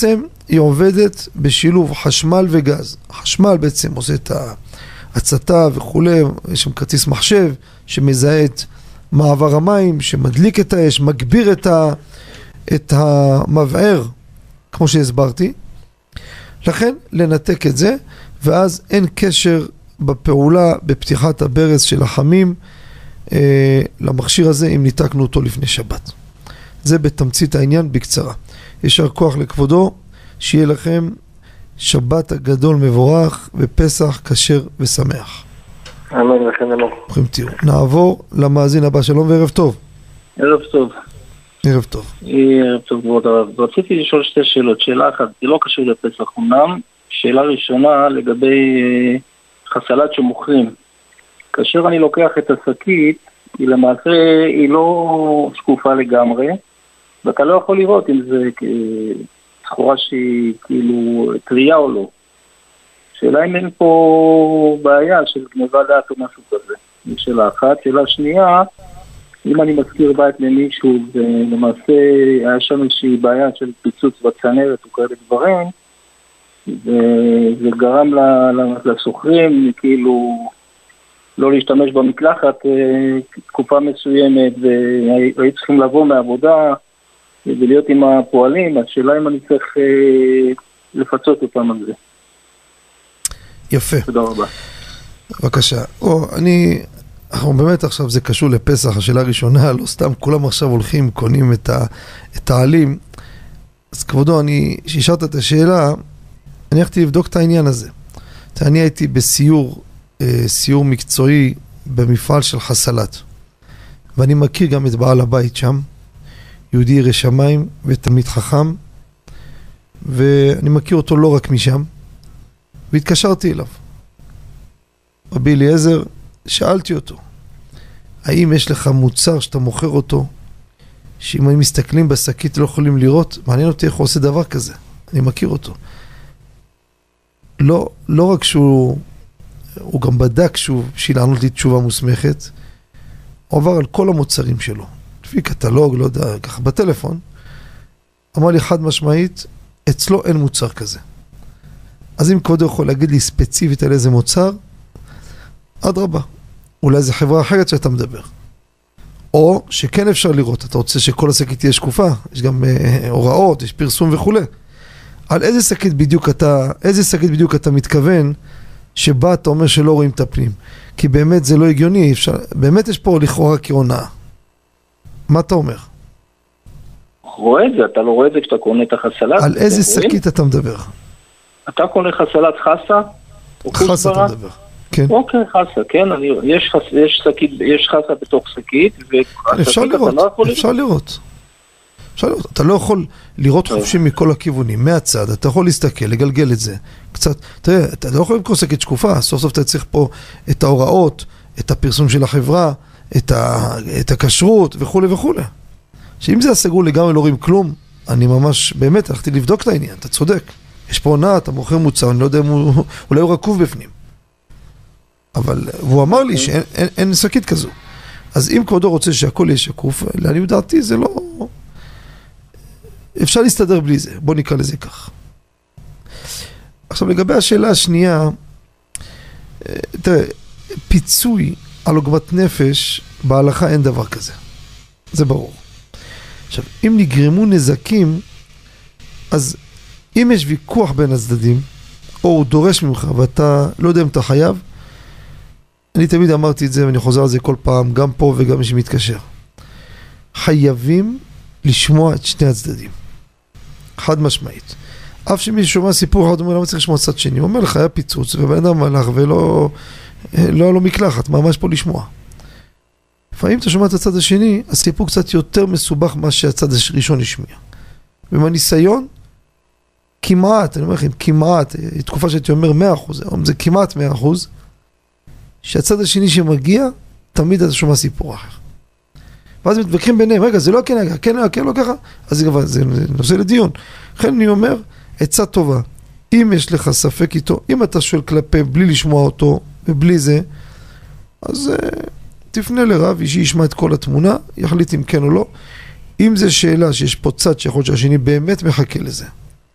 היא עובדת בשילוב חשמל וגז. החשמל בעצם עושה את ההצתה וכולי, יש שם כרטיס מחשב שמזהה את מעבר המים, שמדליק את האש, מגביר את, ה, את המבער, כמו שהסברתי. לכן לנתק את זה, ואז אין קשר בפעולה, בפתיחת הברז של החמים, אה, למכשיר הזה אם ניתקנו אותו לפני שבת. זה בתמצית העניין בקצרה. ישר כוח לכבודו, שיהיה לכם שבת הגדול מבורך ופסח כשר ושמח. אמן לכם אלוהים. ברוכים תהיו. נעבור למאזין הבא. שלום וערב טוב. ערב טוב. ערב טוב. ערב טוב כבוד הרב. רציתי לשאול שתי שאלות. שאלה אחת, זה לא קשור לפסח אומנם. שאלה ראשונה לגבי חסלת שמוכרים. כאשר אני לוקח את השקית, היא למעשה היא לא שקופה לגמרי, ואתה לא יכול לראות אם זה סחורה שהיא כאילו טריה או לא. שאלה אם אין פה בעיה של גניבה דעת או משהו כזה. זו שאלה אחת. שאלה שנייה, אם אני מזכיר בית למישהו, ולמעשה היה שם איזושהי בעיה של פיצוץ בצנרת או כאלה דברים, וזה גרם לסוחרים כאילו לא להשתמש במקלחת תקופה מסוימת, והיו צריכים לבוא מעבודה ולהיות עם הפועלים. השאלה אם אני צריך לפצות אותם על זה. יפה. תודה רבה. בבקשה. או, אני, אנחנו באמת עכשיו זה קשור לפסח, השאלה הראשונה, לא סתם כולם עכשיו הולכים, קונים את, ה, את העלים. אז כבודו, אני, שישרת את השאלה, אני הלכתי לבדוק את העניין הזה. אני הייתי בסיור, סיור מקצועי במפעל של חסלת, ואני מכיר גם את בעל הבית שם, יהודי ירא שמיים ותלמיד חכם, ואני מכיר אותו לא רק משם, והתקשרתי אליו. רבי אליעזר, שאלתי אותו, האם יש לך מוצר שאתה מוכר אותו, שאם אני מסתכלים בשקית לא יכולים לראות? מעניין אותי איך הוא עושה דבר כזה, אני מכיר אותו. לא, לא רק שהוא, הוא גם בדק שוב, בשביל לענות לי תשובה מוסמכת, הוא עבר על כל המוצרים שלו, לפי קטלוג, לא יודע, ככה בטלפון, אמר לי חד משמעית, אצלו אין מוצר כזה. אז אם כבודו יכול להגיד לי ספציפית על איזה מוצר, עד רבה. אולי זה חברה אחרת שאתה מדבר. או שכן אפשר לראות, אתה רוצה שכל השקית תהיה שקופה, יש גם אה, הוראות, יש פרסום וכו'. על איזה שקית בדיוק אתה, איזה שקית בדיוק אתה מתכוון, שבה אתה אומר שלא רואים את הפנים. כי באמת זה לא הגיוני, אפשר, באמת יש פה לכאורה כהונאה. מה אתה אומר? רואה את זה, אתה לא רואה את זה כשאתה קונה את החסלת. על איזה שקית אתה מדבר? אתה קונה חסלת חסה? חסה אתה מדבר, כן. אוקיי, חסה, כן, אני, יש, חס, יש, שקית, יש חסה בתוך שקית, אפשר לראות, לא אפשר לראות. אפשר לראות, אתה לא יכול לראות חופשי מכל הכיוונים, מהצד, אתה יכול להסתכל, לגלגל את זה, קצת, תראה, אתה לא יכול למכור שקית שקופה, סוף סוף אתה צריך פה את ההוראות, את הפרסום של החברה, את, ה, את הכשרות וכו' וכו'. שאם זה הסגור לגמרי לא רואים כלום, אני ממש, באמת, הלכתי לבדוק את העניין, אתה צודק. יש פה עונה, אתה מוכר מוצר, אני לא יודע אם הוא, אולי הוא רקוב בפנים. אבל, והוא אמר לי שאין אין, אין שקית כזו. אז אם כבודו רוצה שהכל יהיה שקוף, לעניות דעתי זה לא... אפשר להסתדר בלי זה, בוא נקרא לזה כך. עכשיו, לגבי השאלה השנייה, תראה, פיצוי על עוגמת נפש, בהלכה אין דבר כזה. זה ברור. עכשיו, אם נגרמו נזקים, אז אם יש ויכוח בין הצדדים, או הוא דורש ממך ואתה לא יודע אם אתה חייב, אני תמיד אמרתי את זה ואני חוזר על זה כל פעם, גם פה וגם מי שמתקשר. חייבים לשמוע את שני הצדדים. חד משמעית. אף שמי ששומע סיפור אחד אומר, למה צריך לשמוע צד שני? הוא אומר לך, היה פיצוץ ובן אדם הלך ולא לא, לא מקלחת, ממש פה לשמוע. לפעמים אתה שומע את הצד השני, הסיפור קצת יותר מסובך מה שהצד הראשון השמיע. ומהניסיון, כמעט, אני אומר לכם, כמעט, תקופה שהייתי אומר מאה אחוז, זה כמעט מאה אחוז, שהצד השני שמגיע, תמיד אתה שומע סיפור אחר. ואז מתווכחים ביניהם, רגע, זה לא כן היה, כן היה, כן לא ככה, אז זה, זה נושא לדיון. לכן אני אומר, עצה טובה, אם יש לך ספק איתו, אם אתה שואל כלפי בלי לשמוע אותו, ובלי זה, אז uh, תפנה לרב, שישמע את כל התמונה, יחליט אם כן או לא. אם זה שאלה שיש פה צד שיכול שהשני באמת מחכה לזה,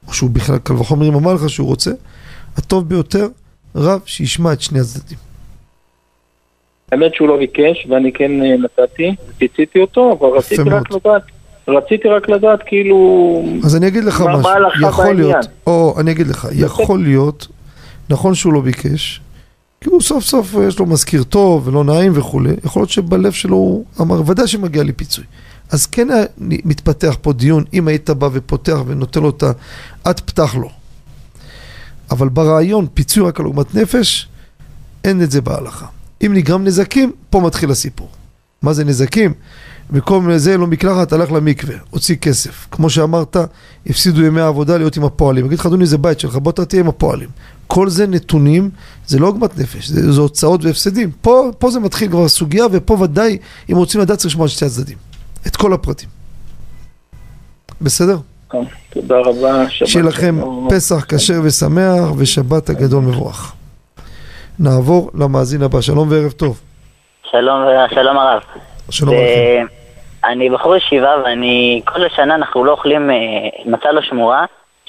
או שהוא בכלל קל וחומרים אמר לך שהוא רוצה, הטוב ביותר, רב שישמע את שני הצדדים. האמת שהוא לא ביקש, ואני כן נתתי, פיציתי אותו, אבל רציתי רק לדעת, רציתי רק לדעת כאילו... אז אני אגיד לך משהו, יכול להיות, או אני אגיד לך, יכול להיות, נכון שהוא לא ביקש, כי הוא סוף סוף יש לו מזכיר טוב ולא נעים וכו', יכול להיות שבלב שלו הוא אמר, ודאי שמגיע לי פיצוי. אז כן מתפתח פה דיון, אם היית בא ופותח ונותן לו את עד פתח לו. אבל ברעיון, פיצוי רק על עוגמת נפש, אין את זה בהלכה. אם נגרם נזקים, פה מתחיל הסיפור. מה זה נזקים? במקום זה לא מקלחת, הלך למקווה, הוציא כסף. כמו שאמרת, הפסידו ימי העבודה להיות עם הפועלים. אגיד לך, אדוני, זה בית שלך, בוא תהיה עם הפועלים. כל זה נתונים, זה לא עוגמת נפש, זה, זה הוצאות והפסדים. פה, פה זה מתחיל כבר סוגיה, ופה ודאי, אם רוצים לדעת, צריך לשמוע את שתי הצדדים. את כל הפרטים. בסדר? תודה רבה. שיהיה לכם פסח כשר ושמח, ושבת הגדול מבורך. נעבור למאזין הבא. שלום וערב טוב. שלום, שלום הרב. שלום עליכם. אני בחור ישיבה, ואני כל השנה אנחנו לא אוכלים מצה לא שמורה,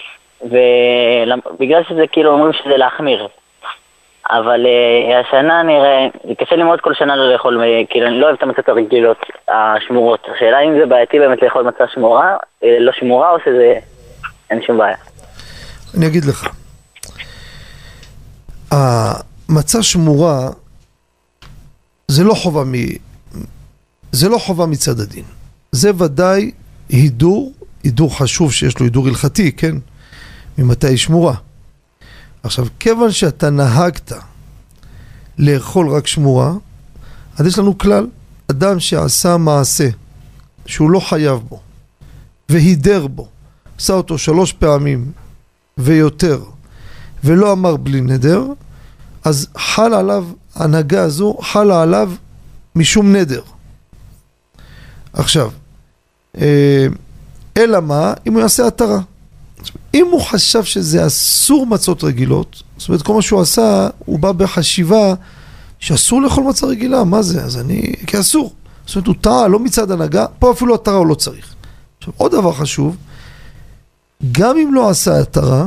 ובגלל שזה כאילו אומרים שזה להחמיר. אבל uh, השנה נראה, קשה לי מאוד כל שנה לא לאכול, כאילו אני לא אוהב את המצות הרגילות, השמורות. השאלה אם זה בעייתי באמת לאכול מצה שמורה, לא שמורה, או שזה אין שום בעיה. אני אגיד לך, המצה שמורה זה לא חובה מ... זה לא חובה מצד הדין. זה ודאי הידור, הידור חשוב שיש לו הידור הלכתי, כן? ממתי היא שמורה. עכשיו, כיוון שאתה נהגת לאכול רק שמורה, אז יש לנו כלל, אדם שעשה מעשה שהוא לא חייב בו, והידר בו, עשה אותו שלוש פעמים ויותר, ולא אמר בלי נדר, אז חל עליו, הנהגה הזו חלה עליו משום נדר. עכשיו, אלא מה? אם הוא יעשה התרה. אם הוא חשב שזה אסור מצות רגילות, זאת אומרת, כל מה שהוא עשה, הוא בא בחשיבה שאסור לאכול מצה רגילה, מה זה? אז אני, כי אסור. זאת אומרת, הוא טעה, לא מצד הנהגה, פה אפילו התרה הוא לא צריך. עכשיו, עוד דבר חשוב, גם אם לא עשה התרה,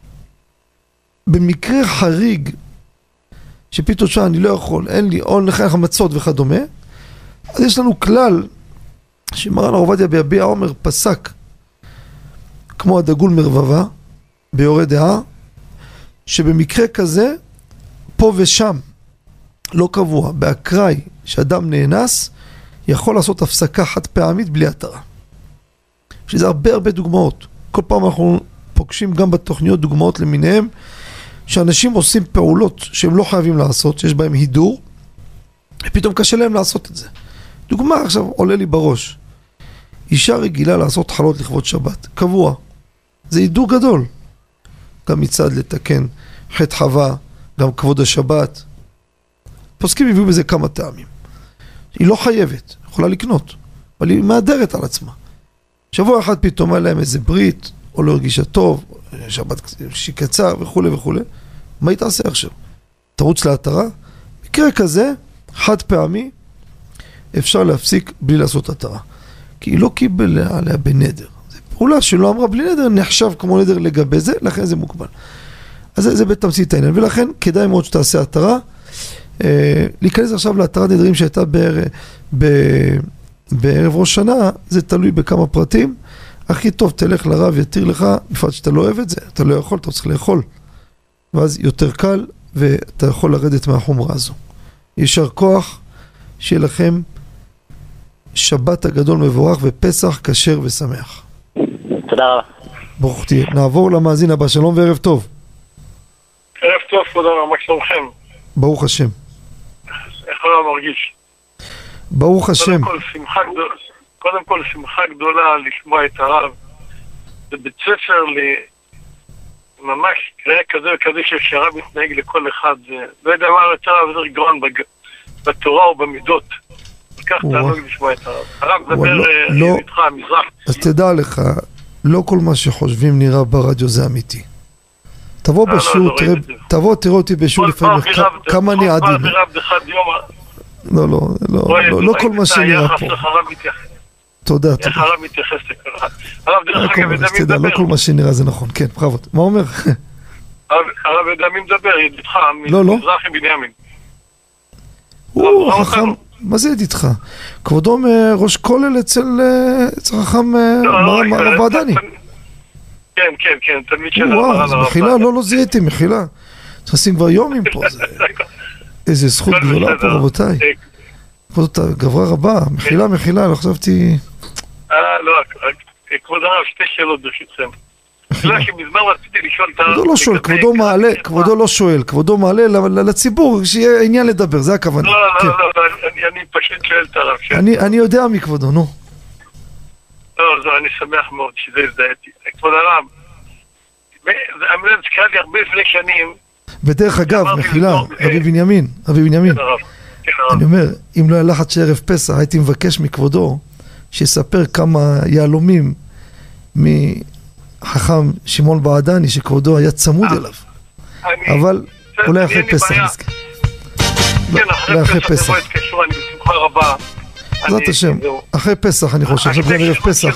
במקרה חריג, שפתאום שעה אני לא יכול, אין לי, או נכנח מצות וכדומה, אז יש לנו כלל, שמרן הרב עובדיה ביביע עומר פסק, כמו הדגול מרבבה, ביורה דעה, שבמקרה כזה, פה ושם, לא קבוע, באקראי, שאדם נאנס, יכול לעשות הפסקה חד פעמית בלי התרה. שזה הרבה הרבה דוגמאות. כל פעם אנחנו פוגשים גם בתוכניות דוגמאות למיניהם, שאנשים עושים פעולות שהם לא חייבים לעשות, שיש בהם הידור, ופתאום קשה להם לעשות את זה. דוגמה עכשיו עולה לי בראש. אישה רגילה לעשות חלות לכבוד שבת, קבוע. זה הידור גדול. גם מצד לתקן חטא חווה, גם כבוד השבת. פוסקים הביאו בזה כמה טעמים. היא לא חייבת, יכולה לקנות, אבל היא מאדרת על עצמה. שבוע אחד פתאום היה להם איזה ברית, או לא הרגישה טוב, שבת שקצר וכו' וכו'. מה היא תעשה עכשיו? תרוץ להתרה? מקרה כזה, חד פעמי, אפשר להפסיק בלי לעשות התרה. כי היא לא קיבל עליה בנדר. זו פעולה שלא אמרה בלי נדר, נחשב כמו נדר לגבי זה, לכן זה מוגבל. אז זה, זה בתמצית העניין, ולכן כדאי מאוד שתעשה התרה. אה, להיכנס עכשיו להתרת נדרים שהייתה בערב, בערב ראש שנה, זה תלוי בכמה פרטים. הכי טוב, תלך לרב, יתיר לך, בפרט שאתה לא אוהב את זה, אתה לא יכול, אתה צריך לאכול. ואז יותר קל, ואתה יכול לרדת מהחומרה הזו. יישר כוח, שיהיה לכם שבת הגדול מבורך ופסח כשר ושמח. תודה רבה. ברוך תהיה. נעבור למאזין הבא. שלום וערב טוב. ערב טוב, תודה רבה, מה שלומכם? ברוך השם. איך הרב מרגיש? ברוך השם. קודם כל שמחה גדולה, קודם כל שמחה גדולה לשמוע את הרב. זה בית ספר ל... ממש קראה כזה וכזה שהרב מתנהג לכל אחד. זה... לא יודע מה יותר יותר גרון בג... בתורה או במידות. וכך תענוג לשמוע את הרב. הרב דבר איתך המזרח. אז תדע לך, לא כל מה שחושבים נראה ברדיו זה אמיתי. תבוא בשיעור, תבוא תראה אותי בשיעור לפעמים כמה אני עדין. לא, לא, לא, לא כל מה שנראה פה. תודה, תודה. איך הרב מתייחס לכל אחד. הרב דרך אגב, ידע מי מדבר. לא כל מה שנראה זה נכון, כן, בכבוד. מה אומר? הרב ידע מי מדבר, ידידך, מזרחי בנימין. הוא חכם, מה זה ידידך? כבודו ראש כולל אצל חכם הרב בעדני. כן, כן, כן, תלמיד של הרב בעדני. מחילה, לא, לא זיהיתי, מחילה. תעשים כבר יומים פה, איזה זכות גדולה פה רבותיי. גברה רבה, מחילה, מחילה, לא חשבתי... אה, לא, כבוד הרב, שתי שאלות ברשותכם. שאלה שמזמן רציתי לשאול את הרב... כבודו לא שואל, כבודו מעלה, כבודו לא שואל, כבודו מעלה לציבור, שיהיה עניין לדבר, זה הכוונה. לא, לא, לא, אני פשוט שואל את הרב. אני יודע מכבודו, נו. לא, אני שמח מאוד שזה הזדהיתי. כבוד הרב, זה קרה לי הרבה לפני שנים. בדרך אגב, מחילה, רבי בנימין, רבי בנימין. אני אומר, אם לא היה לחץ של ערב פסח, הייתי מבקש מכבודו שיספר כמה יהלומים מחכם שמעון בעדני שכבודו היה צמוד אליו. אבל אולי אחרי פסח נזכר. אולי אחרי פסח. זאת השם, אחרי פסח אני חושב, עכשיו גם ערב פסח.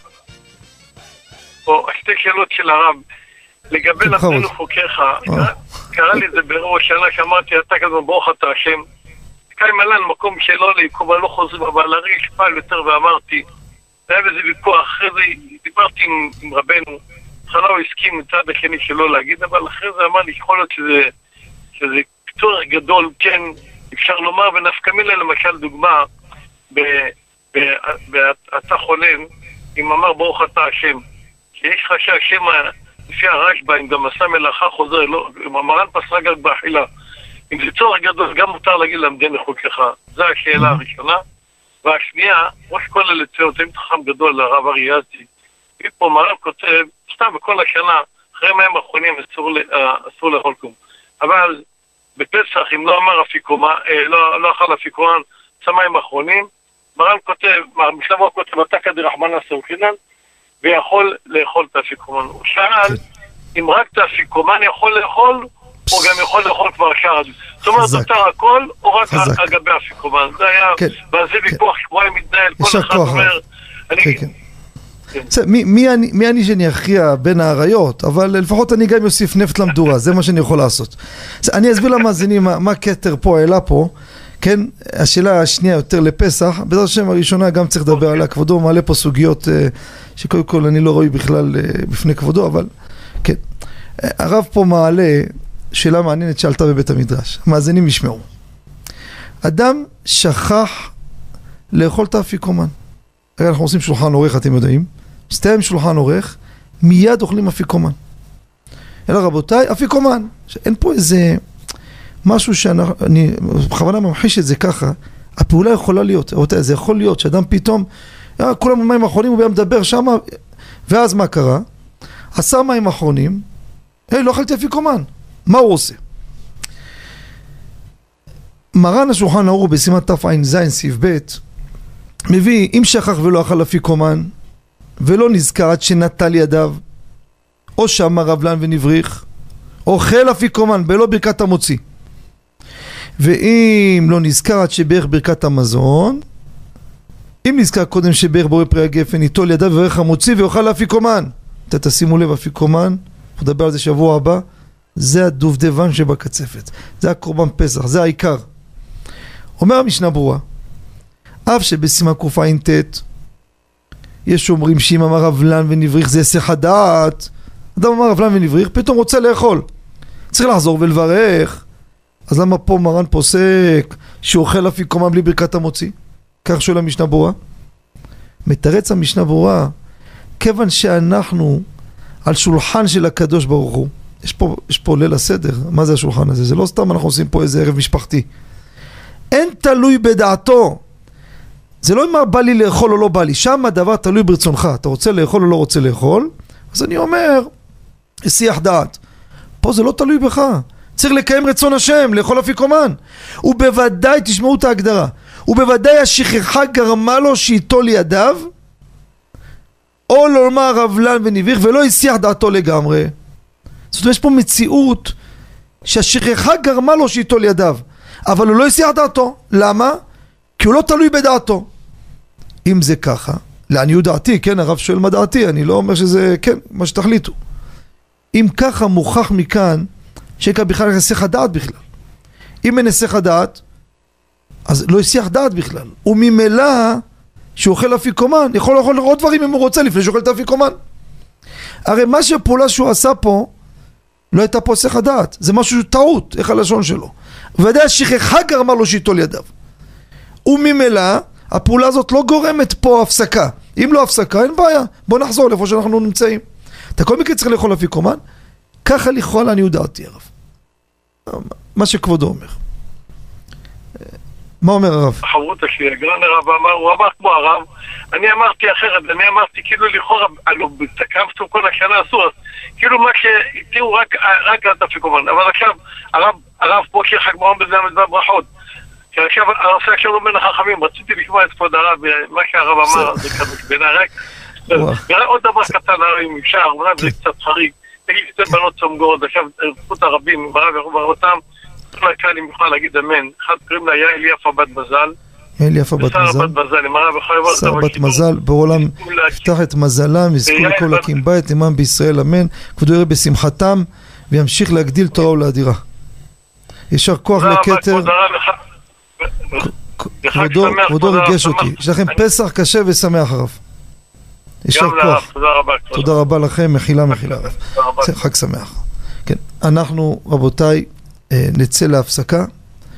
או שתי שאלות של הרב, לגבי למדנו חוקיך, קרא לי את זה ברוב השנה שאמרתי, אתה כזה ברוך אתה השם, קיים עליי מקום שלא לעקוב, אני לא חוזר, אבל הרי השפעל יותר ואמרתי, היה בזה ויכוח, אחרי זה דיברתי עם, עם רבנו, חלה הוא הסכים מצד השני שלא להגיד, אבל אחרי זה אמר לי, יכול להיות שזה, שזה פתור גדול, כן, אפשר לומר, ונפקא מילה למשל דוגמה, אתה חולם, אם אמר ברוך אתה השם, שיש לך שהשם, לפי הרשב"א, אם גם עשה מלאכה חוזר, לא, אם המרן פסק רק באכילה, אם זה צורך גדול, גם מותר להגיד למדן לחוקך. זו השאלה הראשונה. והשנייה, ראש כולל אצלנו, תמיד חכם גדול לרב אריה יזדי. ופה מרן כותב, סתם בכל השנה, אחרי מים האחרונים אסור לאכול כלום. אבל בפסח, אם לא אמר אפיקומן, לא, לא אכל אפיקומן, עשה מים האחרונים, מרן כותב, משלב הוא כותב, אתה כדי רחמנא סורקינן, ויכול לאכול את האפיקומן. הוא שאל, אם רק את האפיקומן יכול לאכול, או גם יכול לאכול כבר שער. זאת אומרת, יותר הכל, או רק אגבי האפיקומן. זה היה, ועל זה ויכוח שבועיים מתנהל, כל אחד אומר... מי אני שאני אכריע בין האריות, אבל לפחות אני גם יוסיף נפט למדורה, זה מה שאני יכול לעשות. אני אסביר למאזינים מה כתר פה, העלה פה, כן, השאלה השנייה יותר לפסח, בעזרת השם הראשונה גם צריך לדבר עליה, כבודו מעלה פה סוגיות שקודם כל אני לא רואה בכלל בפני כבודו, אבל כן, הרב פה מעלה שאלה מעניינת שעלתה בבית המדרש, המאזינים ישמעו. אדם שכח לאכול את האפיקומן. הרי אנחנו עושים שולחן עורך, אתם יודעים, מסתיים שולחן עורך, מיד אוכלים אפיקומן. אלא רבותיי, אפיקומן, אין פה איזה משהו שאני בכוונה ממחיש את זה ככה, הפעולה יכולה להיות, רבותיי, זה יכול להיות שאדם פתאום, כולם מים אחרונים, הוא בא מדבר שם, ואז מה קרה? עשה מים אחרונים, היי, לא אכלתי אפיקומן. מה הוא עושה? מרן השולחן ערוך בסימן תע"ז סעיף ב' מביא, אם שכח ולא אכל אפיקומן ולא נזכר עד שנטל ידיו, או שאמר רבלן ונבריך, אוכל אפיקומן בלא ברכת המוציא, ואם לא נזכר עד שברך ברכת המזון, אם נזכר קודם שברך בורא פרי הגפן, ייטול ידיו וברך המוציא ואוכל אפיקומן. אתם תשימו לב, אפיקומן, נדבר על זה שבוע הבא, זה הדובדבן שבקצפת, זה הקורבן פסח, זה העיקר. אומר המשנה ברורה, אף שבסימן קע"ט יש אומרים שאם אמר רבלן ונבריך זה היסח הדעת, אדם אמר רבלן ונבריך, פתאום רוצה לאכול, צריך לחזור ולברך, אז למה פה מרן פוסק שהוא אוכל אפיקומן בלי ברכת המוציא? כך שואל המשנה ברורה. מתרץ המשנה ברורה, כיוון שאנחנו על שולחן של הקדוש ברוך הוא, יש פה, יש פה ליל הסדר, מה זה השולחן הזה? זה לא סתם אנחנו עושים פה איזה ערב משפחתי. אין תלוי בדעתו. זה לא אם בא לי לאכול או לא בא לי, שם הדבר תלוי ברצונך. אתה רוצה לאכול או לא רוצה לאכול? אז אני אומר, שיח דעת. פה זה לא תלוי בך. צריך לקיים רצון השם, לאכול אפיקומן. ובוודאי, תשמעו את ההגדרה, ובוודאי השכחה גרמה לו שיטול ידיו, או לומר רבלן ונבריך, ולא הסיח דעתו לגמרי. זאת אומרת, יש פה מציאות שהשכחה גרמה לו שיטול ידיו, אבל הוא לא הסיח דעתו. למה? כי הוא לא תלוי בדעתו. אם זה ככה, לעניות דעתי, כן, הרב שואל מה דעתי, אני לא אומר שזה, כן, מה שתחליטו. אם ככה מוכח מכאן, שכאן בכלל יסיח הדעת בכלל. אם אין יסיח הדעת, אז לא יסיח דעת בכלל. וממילא, שהוא אוכל אפיקומן, יכול לאכול עוד דברים אם הוא רוצה, לפני שהוא אוכל את האפיקומן. הרי מה שהפעולה שהוא עשה פה, לא הייתה פה יסיח הדעת. זה משהו טעות, איך הלשון שלו. ודאי שכחה גרמה לו שיטול ידיו. וממילא, הפעולה הזאת לא גורמת פה הפסקה. אם לא הפסקה, אין בעיה. בוא נחזור לאיפה שאנחנו נמצאים. אתה כל מקרה צריך לאכול אפיקומן, ככה לכאורה לעניות דעתי הרב. מה שכבודו אומר. מה אומר הרב? חברותא שלי, הגרן הרב אמר, הוא אמר כמו הרב, אני אמרתי אחרת, אני אמרתי כאילו לכאורה, הלוא תקפתו כל השנה עשו, אז כאילו מה שהתירו רק, רק על אפיקומן, אבל עכשיו הרב, הרב פה שחק מאוד בזה המדבר ברכות, שעכשיו הנושא עכשיו לא בין החכמים, רציתי לשמוע את כבוד הרב, מה שהרב אמר, זה כזה בינה רק, עוד דבר קטן הרב אם אפשר, אולי זה קצת חריג, תגיד שתי בנות צומגות, עכשיו זכות הרבים, ברב יחוב ברותם, כל הקהל אם יוכל להגיד אמן, אחד קוראים לה יעל יפה בת מזל, יעל יפה בת מזל, שר בת מזל, בעולם יפתח את מזלם, יזכו לכל להקים בית, למען בישראל אמן, כבודו יראה בשמחתם, וימשיך להגדיל תורה ולאדירה. ישר כוח לכתר, כבודו ריגש אותי, יש לכם פסח קשה ושמח הרב. ישר כוח. תודה רבה לכם, מחילה מחילה רב. חג שמח. כן, אנחנו רבותיי נצא להפסקה.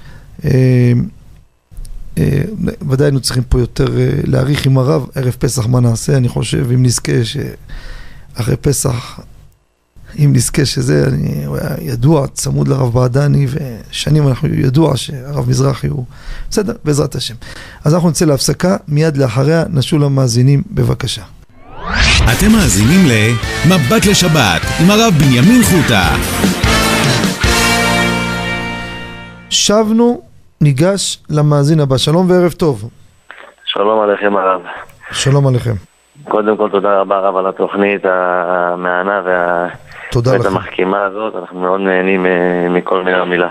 ודאי היינו צריכים פה יותר להאריך עם הרב, ערב פסח מה נעשה, אני חושב אם נזכה שאחרי פסח, אם נזכה שזה, אני ידוע, צמוד לרב בעדני, ושנים אנחנו ידוע שהרב מזרחי הוא, בסדר, בעזרת השם. אז אנחנו נצא להפסקה, מיד לאחריה נשו למאזינים, בבקשה. אתם מאזינים למבט לשבת עם הרב בנימין חוטה. שבנו, ניגש למאזין הבא. שלום וערב טוב. שלום עליכם הרב. שלום עליכם. קודם כל תודה רבה רב על התוכנית המענה והמחכימה הזאת. אנחנו מאוד נהנים מכל מילה מילה.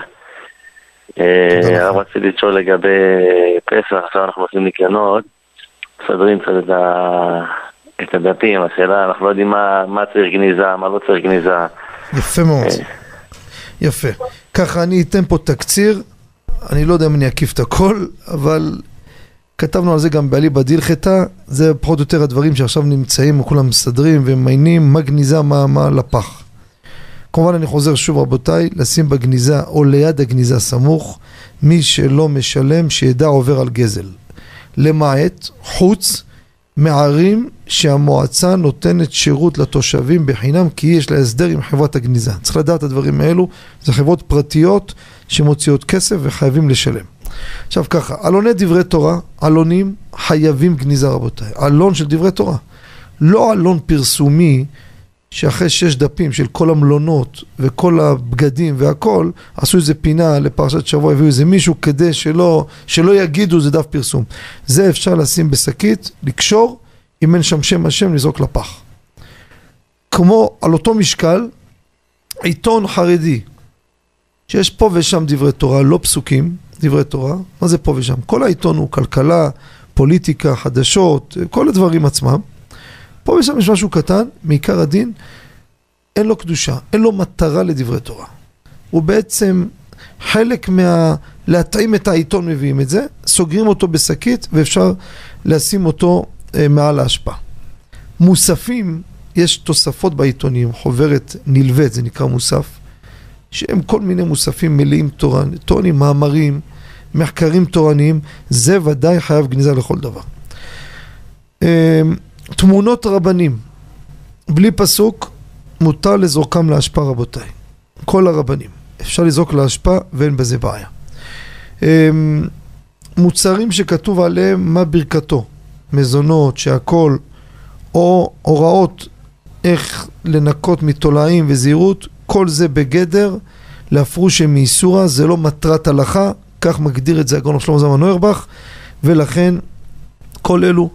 הרב רציתי לשאול לגבי פסח, עכשיו אנחנו עושים ניקיונות, מסדרים קצת את ה... את הדפים, השאלה, אנחנו לא יודעים מה, מה צריך גניזה, מה לא צריך גניזה. יפה מאוד. יפה. ככה אני אתן פה תקציר, אני לא יודע אם אני אקיף את הכל, אבל כתבנו על זה גם בעלי בדילחתה, זה פחות או יותר הדברים שעכשיו נמצאים, כולם מסדרים ומיינים, מה גניזה, מה, מה לפח. כמובן אני חוזר שוב רבותיי, לשים בגניזה או ליד הגניזה סמוך, מי שלא משלם שידע עובר על גזל. למעט, חוץ, מערים שהמועצה נותנת שירות לתושבים בחינם כי יש לה הסדר עם חברת הגניזה. צריך לדעת את הדברים האלו, זה חברות פרטיות שמוציאות כסף וחייבים לשלם. עכשיו ככה, עלוני דברי תורה, עלונים חייבים גניזה רבותיי. עלון של דברי תורה. לא עלון פרסומי שאחרי שש דפים של כל המלונות וכל הבגדים והכל, עשו איזה פינה לפרשת שבוע, הביאו איזה מישהו כדי שלא, שלא יגידו זה דף פרסום. זה אפשר לשים בשקית, לקשור, אם אין שם שם השם, לזרוק לפח. כמו על אותו משקל, עיתון חרדי, שיש פה ושם דברי תורה, לא פסוקים, דברי תורה, מה זה פה ושם? כל העיתון הוא כלכלה, פוליטיקה, חדשות, כל הדברים עצמם. פה ושם יש משהו קטן, מעיקר הדין, אין לו קדושה, אין לו מטרה לדברי תורה. הוא בעצם חלק מה... להתאים את העיתון מביאים את זה, סוגרים אותו בשקית ואפשר לשים אותו אה, מעל ההשפעה. מוספים, יש תוספות בעיתונים, חוברת נלווית, זה נקרא מוסף, שהם כל מיני מוספים מלאים תורן, תורנים, מאמרים, מחקרים תורניים, זה ודאי חייב גניזה לכל דבר. אה, תמונות רבנים, בלי פסוק, מותר לזרוקם להשפעה רבותיי. כל הרבנים. אפשר לזרוק להשפעה ואין בזה בעיה. מוצרים שכתוב עליהם מה ברכתו, מזונות, שהכל, או הוראות איך לנקות מתולעים וזהירות, כל זה בגדר, להפרוש מאיסורה, זה לא מטרת הלכה, כך מגדיר את זה הגאון שלמה זלמן אוירבך, ולכן כל אלו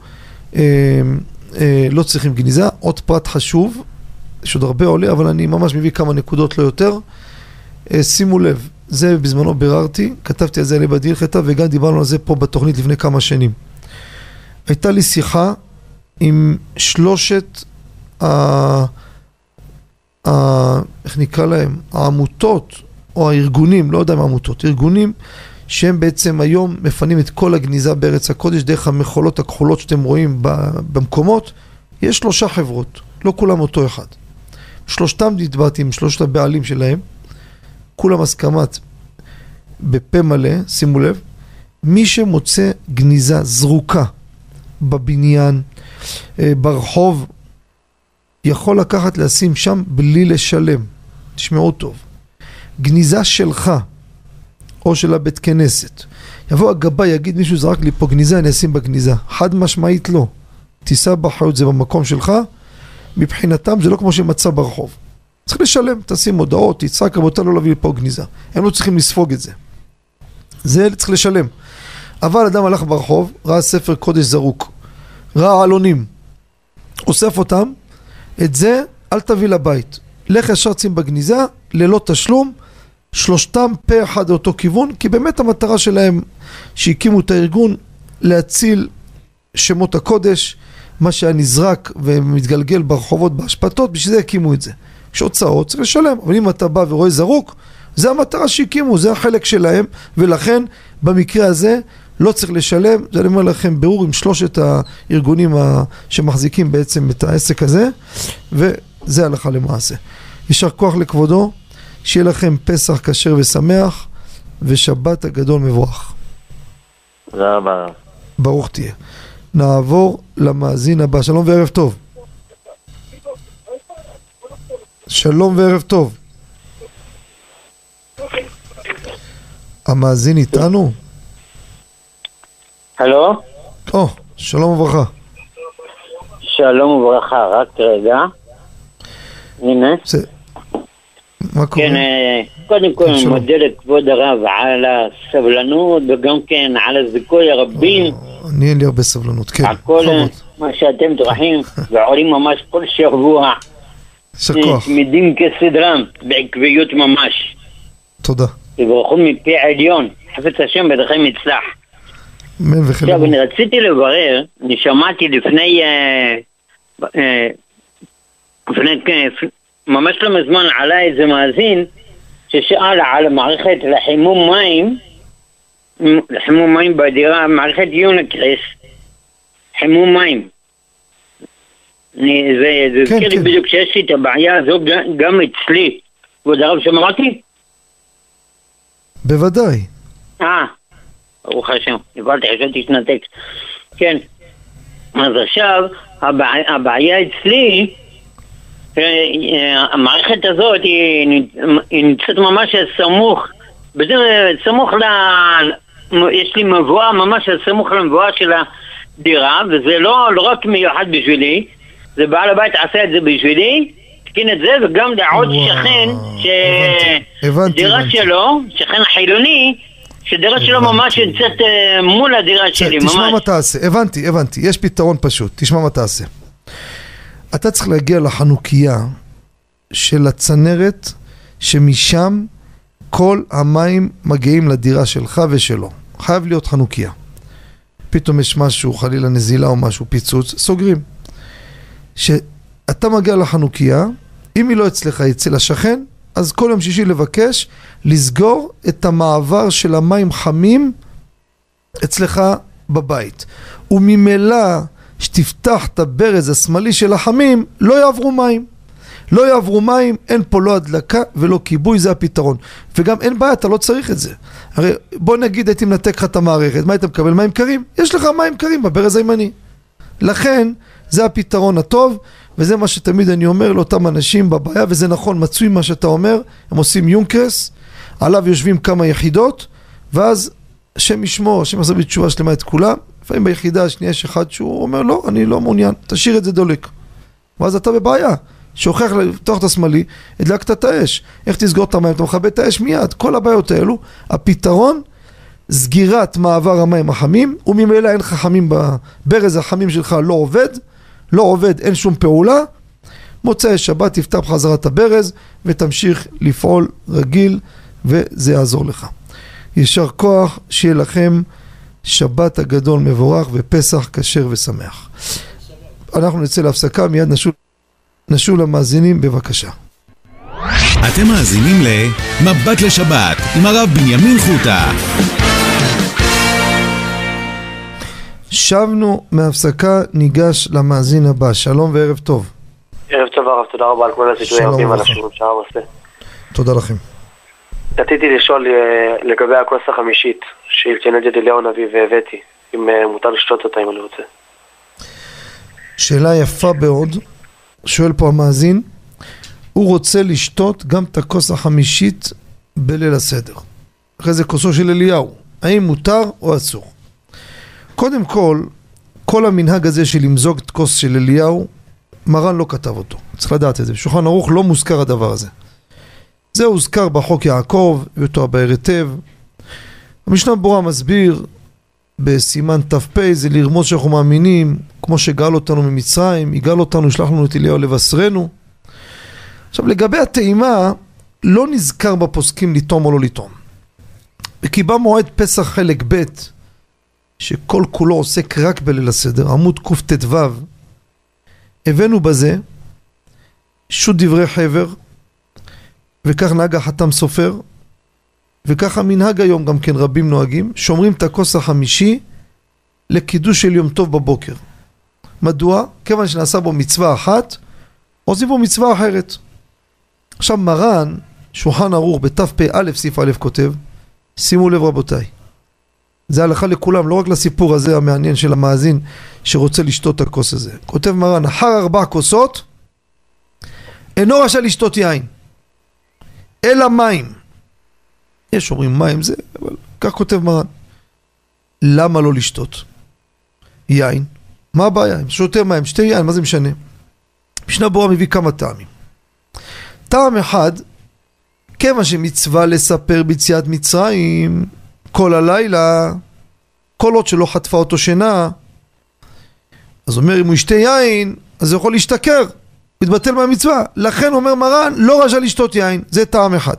לא צריכים גניזה. עוד פרט חשוב, יש עוד הרבה עולה, אבל אני ממש מביא כמה נקודות לא יותר. שימו לב, זה בזמנו ביררתי, כתבתי על זה עלי בדילחתה, וגם דיברנו על זה פה בתוכנית לפני כמה שנים. הייתה לי שיחה עם שלושת ה... ה... איך נקרא להם? העמותות או הארגונים, לא יודע מה עמותות, ארגונים שהם בעצם היום מפנים את כל הגניזה בארץ הקודש דרך המחולות הכחולות שאתם רואים במקומות. יש שלושה חברות, לא כולם אותו אחד. שלושתם דיברתי עם שלושת הבעלים שלהם, כולם הסכמת בפה מלא, שימו לב, מי שמוצא גניזה זרוקה בבניין, ברחוב, יכול לקחת לשים שם בלי לשלם. תשמעו טוב. גניזה שלך, או של הבית כנסת, יבוא הגבאי, יגיד מישהו זרק לי פה גניזה, אני אשים בגניזה. חד משמעית לא. תיסע באחריות, זה במקום שלך, מבחינתם זה לא כמו שמצא ברחוב. צריך לשלם, תשים הודעות, תצעק, רבותי, לא להביא לי פה גניזה. הם לא צריכים לספוג את זה. זה צריך לשלם. אבל אדם הלך ברחוב, ראה ספר קודש זרוק, ראה עלונים, אוסף אותם, את זה אל תביא לבית. לך ישר שים בגניזה, ללא תשלום, שלושתם פה אחד לאותו כיוון, כי באמת המטרה שלהם שהקימו את הארגון להציל שמות הקודש, מה שהיה נזרק ומתגלגל ברחובות בהשפטות, בשביל זה הקימו את זה. יש הוצאות, צריך לשלם, אבל אם אתה בא ורואה זרוק, זה המטרה שהקימו, זה החלק שלהם, ולכן במקרה הזה לא צריך לשלם. זה אני אומר לכם ברור עם שלושת הארגונים שמחזיקים בעצם את העסק הזה, וזה הלכה למעשה. יישר כוח לכבודו, שיהיה לכם פסח כשר ושמח, ושבת הגדול מבורך. תודה רבה. ברוך תהיה. נעבור למאזין הבא. שלום וערב טוב. שלום וערב טוב. המאזין איתנו? הלו? או, שלום וברכה. שלום וברכה, רק רגע. הנה. זה... מה קורה? כן, קודם כל אני מודה לכבוד הרב על הסבלנות וגם כן על הזיכוי הרבים. אני אין לי הרבה סבלנות, כן. הכל מה שאתם טורחים ועולים ממש כל שבוע. שכוח. תמידים כסדרם, בעקביות ממש. תודה. תברכו מפי עליון, חפץ השם בדרכם יצלח. אמן וכן. עכשיו אני רציתי לברר, אני שמעתי לפני לפני ממש לא מזמן עלה איזה מאזין ששאל על מערכת לחימום מים, לחימום מים בדירה, מערכת יוניקס, חימום מים. אני, זה, זה כן, כן. בדיוק שיש לי את הבעיה הזו גם אצלי. כבוד הרב שמעתי? בוודאי. אה, ברוך השם, הבנתי, חשבתי שנתק. כן. אז עכשיו, הבעיה, הבעיה אצלי, המערכת הזאת היא, היא נמצאת ממש סמוך, בזה סמוך ל... יש לי מבואה ממש סמוך למבואה של הדירה, וזה לא, לא רק מיוחד בשבילי, זה בעל הבית עשה את זה בשבילי, תקין את זה, וגם לעוד שכן שדירה שלו, שכן חילוני, שדירה שלו ממש נמצאת מול הדירה שלי, ממש. תשמע מה תעשה, הבנתי, הבנתי, יש פתרון פשוט, תשמע מה תעשה. אתה צריך להגיע לחנוכיה של הצנרת שמשם כל המים מגיעים לדירה שלך ושלו. חייב להיות חנוכיה. פתאום יש משהו, חלילה נזילה או משהו, פיצוץ, סוגרים. שאתה מגיע לחנוכיה, אם היא לא אצלך, אצל השכן, אז כל יום שישי לבקש לסגור את המעבר של המים חמים אצלך בבית. וממילא שתפתח את הברז השמאלי של החמים, לא יעברו מים. לא יעברו מים, אין פה לא הדלקה ולא כיבוי, זה הפתרון. וגם אין בעיה, אתה לא צריך את זה. הרי בוא נגיד, הייתי מנתק לך את המערכת, מה היית מקבל? מים קרים? יש לך מים קרים בברז הימני. לכן, זה הפתרון הטוב, וזה מה שתמיד אני אומר לאותם אנשים בבעיה, וזה נכון, מצוי מה שאתה אומר, הם עושים יונקרס, עליו יושבים כמה יחידות, ואז השם ישמור, השם עשה בתשובה שלמה את כולם, לפעמים ביחידה השנייה יש אחד שהוא אומר, לא, אני לא מעוניין, תשאיר את זה דולק. ואז אתה בבעיה, שהוכח לפתוח את השמאלי, הדלקת את האש. איך תסגור את המים? אתה מכבה את האש מיד. כל הבעיות האלו, הפתרון, סגירת מעבר המים החמים, וממילא אין לך חמים בברז החמים שלך, לא עובד, לא עובד, אין שום פעולה. מוצאי שבת תפתח בחזרת הברז, ותמשיך לפעול רגיל, וזה יעזור לך. יישר כוח, שיהיה לכם שבת הגדול מבורך, ופסח כשר ושמח. אנחנו נצא להפסקה, מיד נשול, נשול למאזינים, בבקשה. אתם מאזינים למבט לשבת עם הרב בנימין חוטה. שבנו מהפסקה, ניגש למאזין הבא. שלום וערב טוב. ערב טוב הרב, תודה רבה על כל הסיטויים הרבים על השיעורים שהרב עושה. תודה לכם. רציתי לשאול לגבי הכוס החמישית של כנגד אליהו הנביא והבאתי, אם מותר לשתות אותה אם אני רוצה. שאלה יפה מאוד, שואל פה המאזין, הוא רוצה לשתות גם את הכוס החמישית בליל הסדר. אחרי זה כוסו של אליהו, האם מותר או אסור? קודם כל, כל המנהג הזה של למזוג את כוס של אליהו, מרן לא כתב אותו, צריך לדעת את זה. בשולחן ערוך לא מוזכר הדבר הזה. זה הוזכר בחוק יעקב, ואותו הבאר היטב. המשנה ברורה מסביר בסימן ת"פ, זה לרמוז שאנחנו מאמינים, כמו שגאל אותנו ממצרים, יגאל אותנו, ישלח לנו את אליהו לבשרנו. עכשיו לגבי הטעימה, לא נזכר בפוסקים לטעום או לא לטעום. כי במועד פסח חלק ב' שכל כולו עוסק רק בליל הסדר, עמוד קט"ו, הבאנו בזה שו"ת דברי חבר, וכך נהג החתם סופר, וככה מנהג היום גם כן רבים נוהגים, שומרים את הכוס החמישי לקידוש של יום טוב בבוקר. מדוע? כיוון שנעשה בו מצווה אחת, עושים בו מצווה אחרת. עכשיו מרן, שולחן ערוך בת"פ סעיף א' כותב, שימו לב רבותיי, זה הלכה לכולם, לא רק לסיפור הזה המעניין של המאזין שרוצה לשתות את הכוס הזה. כותב מרן, אחר ארבע כוסות, אינו רשאי לשתות יין, אלא מים. יש אומרים מים זה, אבל כך כותב מרן. למה לא לשתות יין? מה הבעיה? אם שותה מים, שתי יין, מה זה משנה? משנה ברורה מביא כמה טעמים. טעם אחד, כיוון שמצווה לספר ביציאת מצרים כל הלילה, כל עוד שלא חטפה אותו שינה, אז אומר אם הוא ישתה יין, אז הוא יכול להשתכר, מתבטל מהמצווה. לכן אומר מרן, לא רשאי לשתות יין. זה טעם אחד.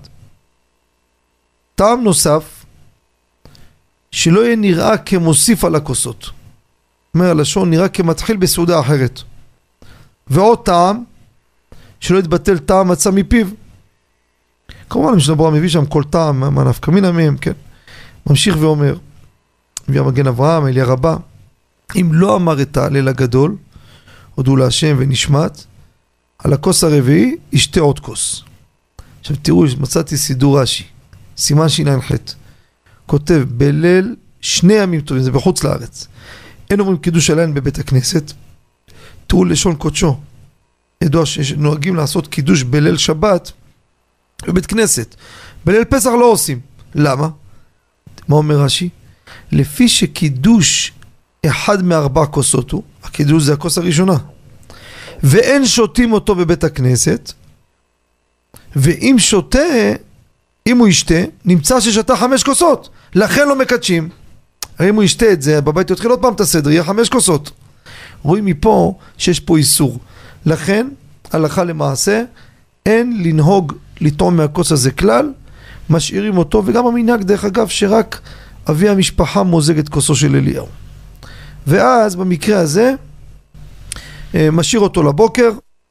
טעם נוסף, שלא יהיה נראה כמוסיף על הכוסות. אומר הלשון, נראה כמתחיל בסעודה אחרת. ועוד טעם, שלא יתבטל טעם מצא מפיו. כמובן, משנה ברורה מביא שם כל טעם, מה נפקא מינה מהם, כן? ממשיך ואומר, מביא המגן אברהם, אליה רבה, אם לא אמר את ההלל הגדול, הודו להשם ונשמט, על הכוס הרביעי, ישתה עוד כוס. עכשיו תראו, מצאתי סידור רש"י, סימן ש"ח, כותב, בליל שני ימים טובים, זה בחוץ לארץ, אין אומרים קידוש הליל בבית הכנסת, תראו לשון קודשו, ידוע שנוהגים לעשות קידוש בליל שבת, בבית כנסת, בליל פסח לא עושים. למה? מה אומר רש"י? לפי שקידוש אחד מארבע כוסות הוא, הקידוש זה הכוס הראשונה, ואין שותים אותו בבית הכנסת, ואם שותה, אם הוא ישתה, נמצא ששתה חמש כוסות, לכן לא מקדשים. הרי אם הוא ישתה את זה, בבית יתחיל עוד פעם את הסדר, יהיה חמש כוסות. רואים מפה שיש פה איסור. לכן, הלכה למעשה, אין לנהוג לטעום מהכוס הזה כלל, משאירים אותו, וגם המנהג דרך אגב שרק אבי המשפחה מוזג את כוסו של אליהו. ואז במקרה הזה, משאיר אותו לבוקר,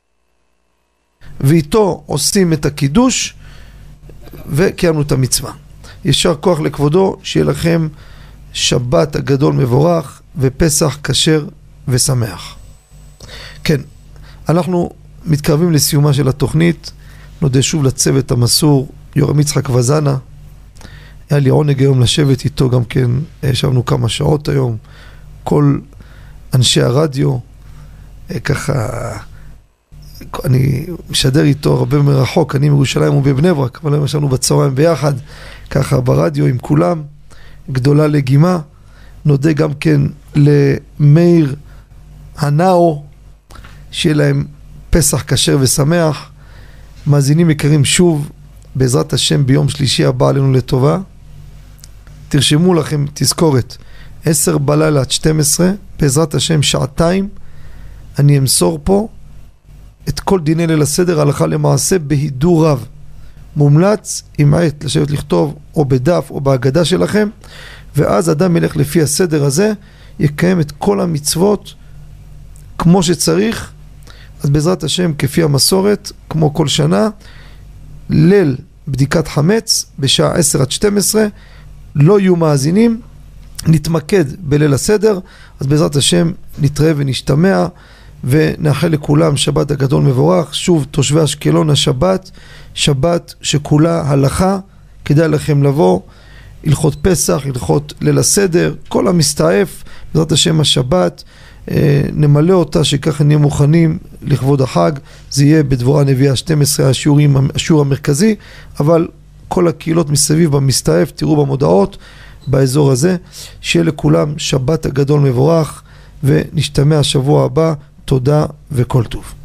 ואיתו עושים את הקידוש, וקיימנו את המצווה. ישר כוח לכבודו, שיהיה לכם שבת הגדול מבורך, ופסח כשר ושמח. כן, אנחנו מתקרבים לסיומה של התוכנית, נודה שוב לצוות המסור, יורם יצחק וזנה, היה לי עונג היום לשבת איתו, גם כן ישבנו כמה שעות היום, כל אנשי הרדיו, ככה, אני משדר איתו הרבה מרחוק, אני מירושלים ובבני ברק, אבל היום ישבנו בצהריים ביחד, ככה ברדיו עם כולם, גדולה לגימה, נודה גם כן למאיר הנאו, שיהיה להם פסח כשר ושמח, מאזינים יקרים שוב, בעזרת השם ביום שלישי הבא עלינו לטובה, תרשמו לכם תזכורת, עשר בלילה עד שתים עשרה, בעזרת השם שעתיים, אני אמסור פה את כל דיני ליל הסדר הלכה למעשה בהידור רב. מומלץ עם עת לשבת לכתוב או בדף או בהגדה שלכם, ואז אדם ילך לפי הסדר הזה, יקיים את כל המצוות כמו שצריך, אז בעזרת השם, כפי המסורת, כמו כל שנה, ליל בדיקת חמץ בשעה עשר עד שתים עשרה, לא יהיו מאזינים, נתמקד בליל הסדר, אז בעזרת השם נתראה ונשתמע, ונאחל לכולם שבת הגדול מבורך. שוב, תושבי אשקלון, השבת, שבת שכולה הלכה, כדאי לכם לבוא, הלכות פסח, הלכות ליל הסדר, כל המסתעף, בעזרת השם השבת, נמלא אותה שככה נהיה מוכנים לכבוד החג. זה יהיה בדבורה נביאה שתים עשרה, השיעורים, השיעור המרכזי, אבל כל הקהילות מסביב במסתעף, תראו במודעות באזור הזה. שיהיה לכולם שבת הגדול מבורך, ונשתמע השבוע הבא. תודה וכל טוב.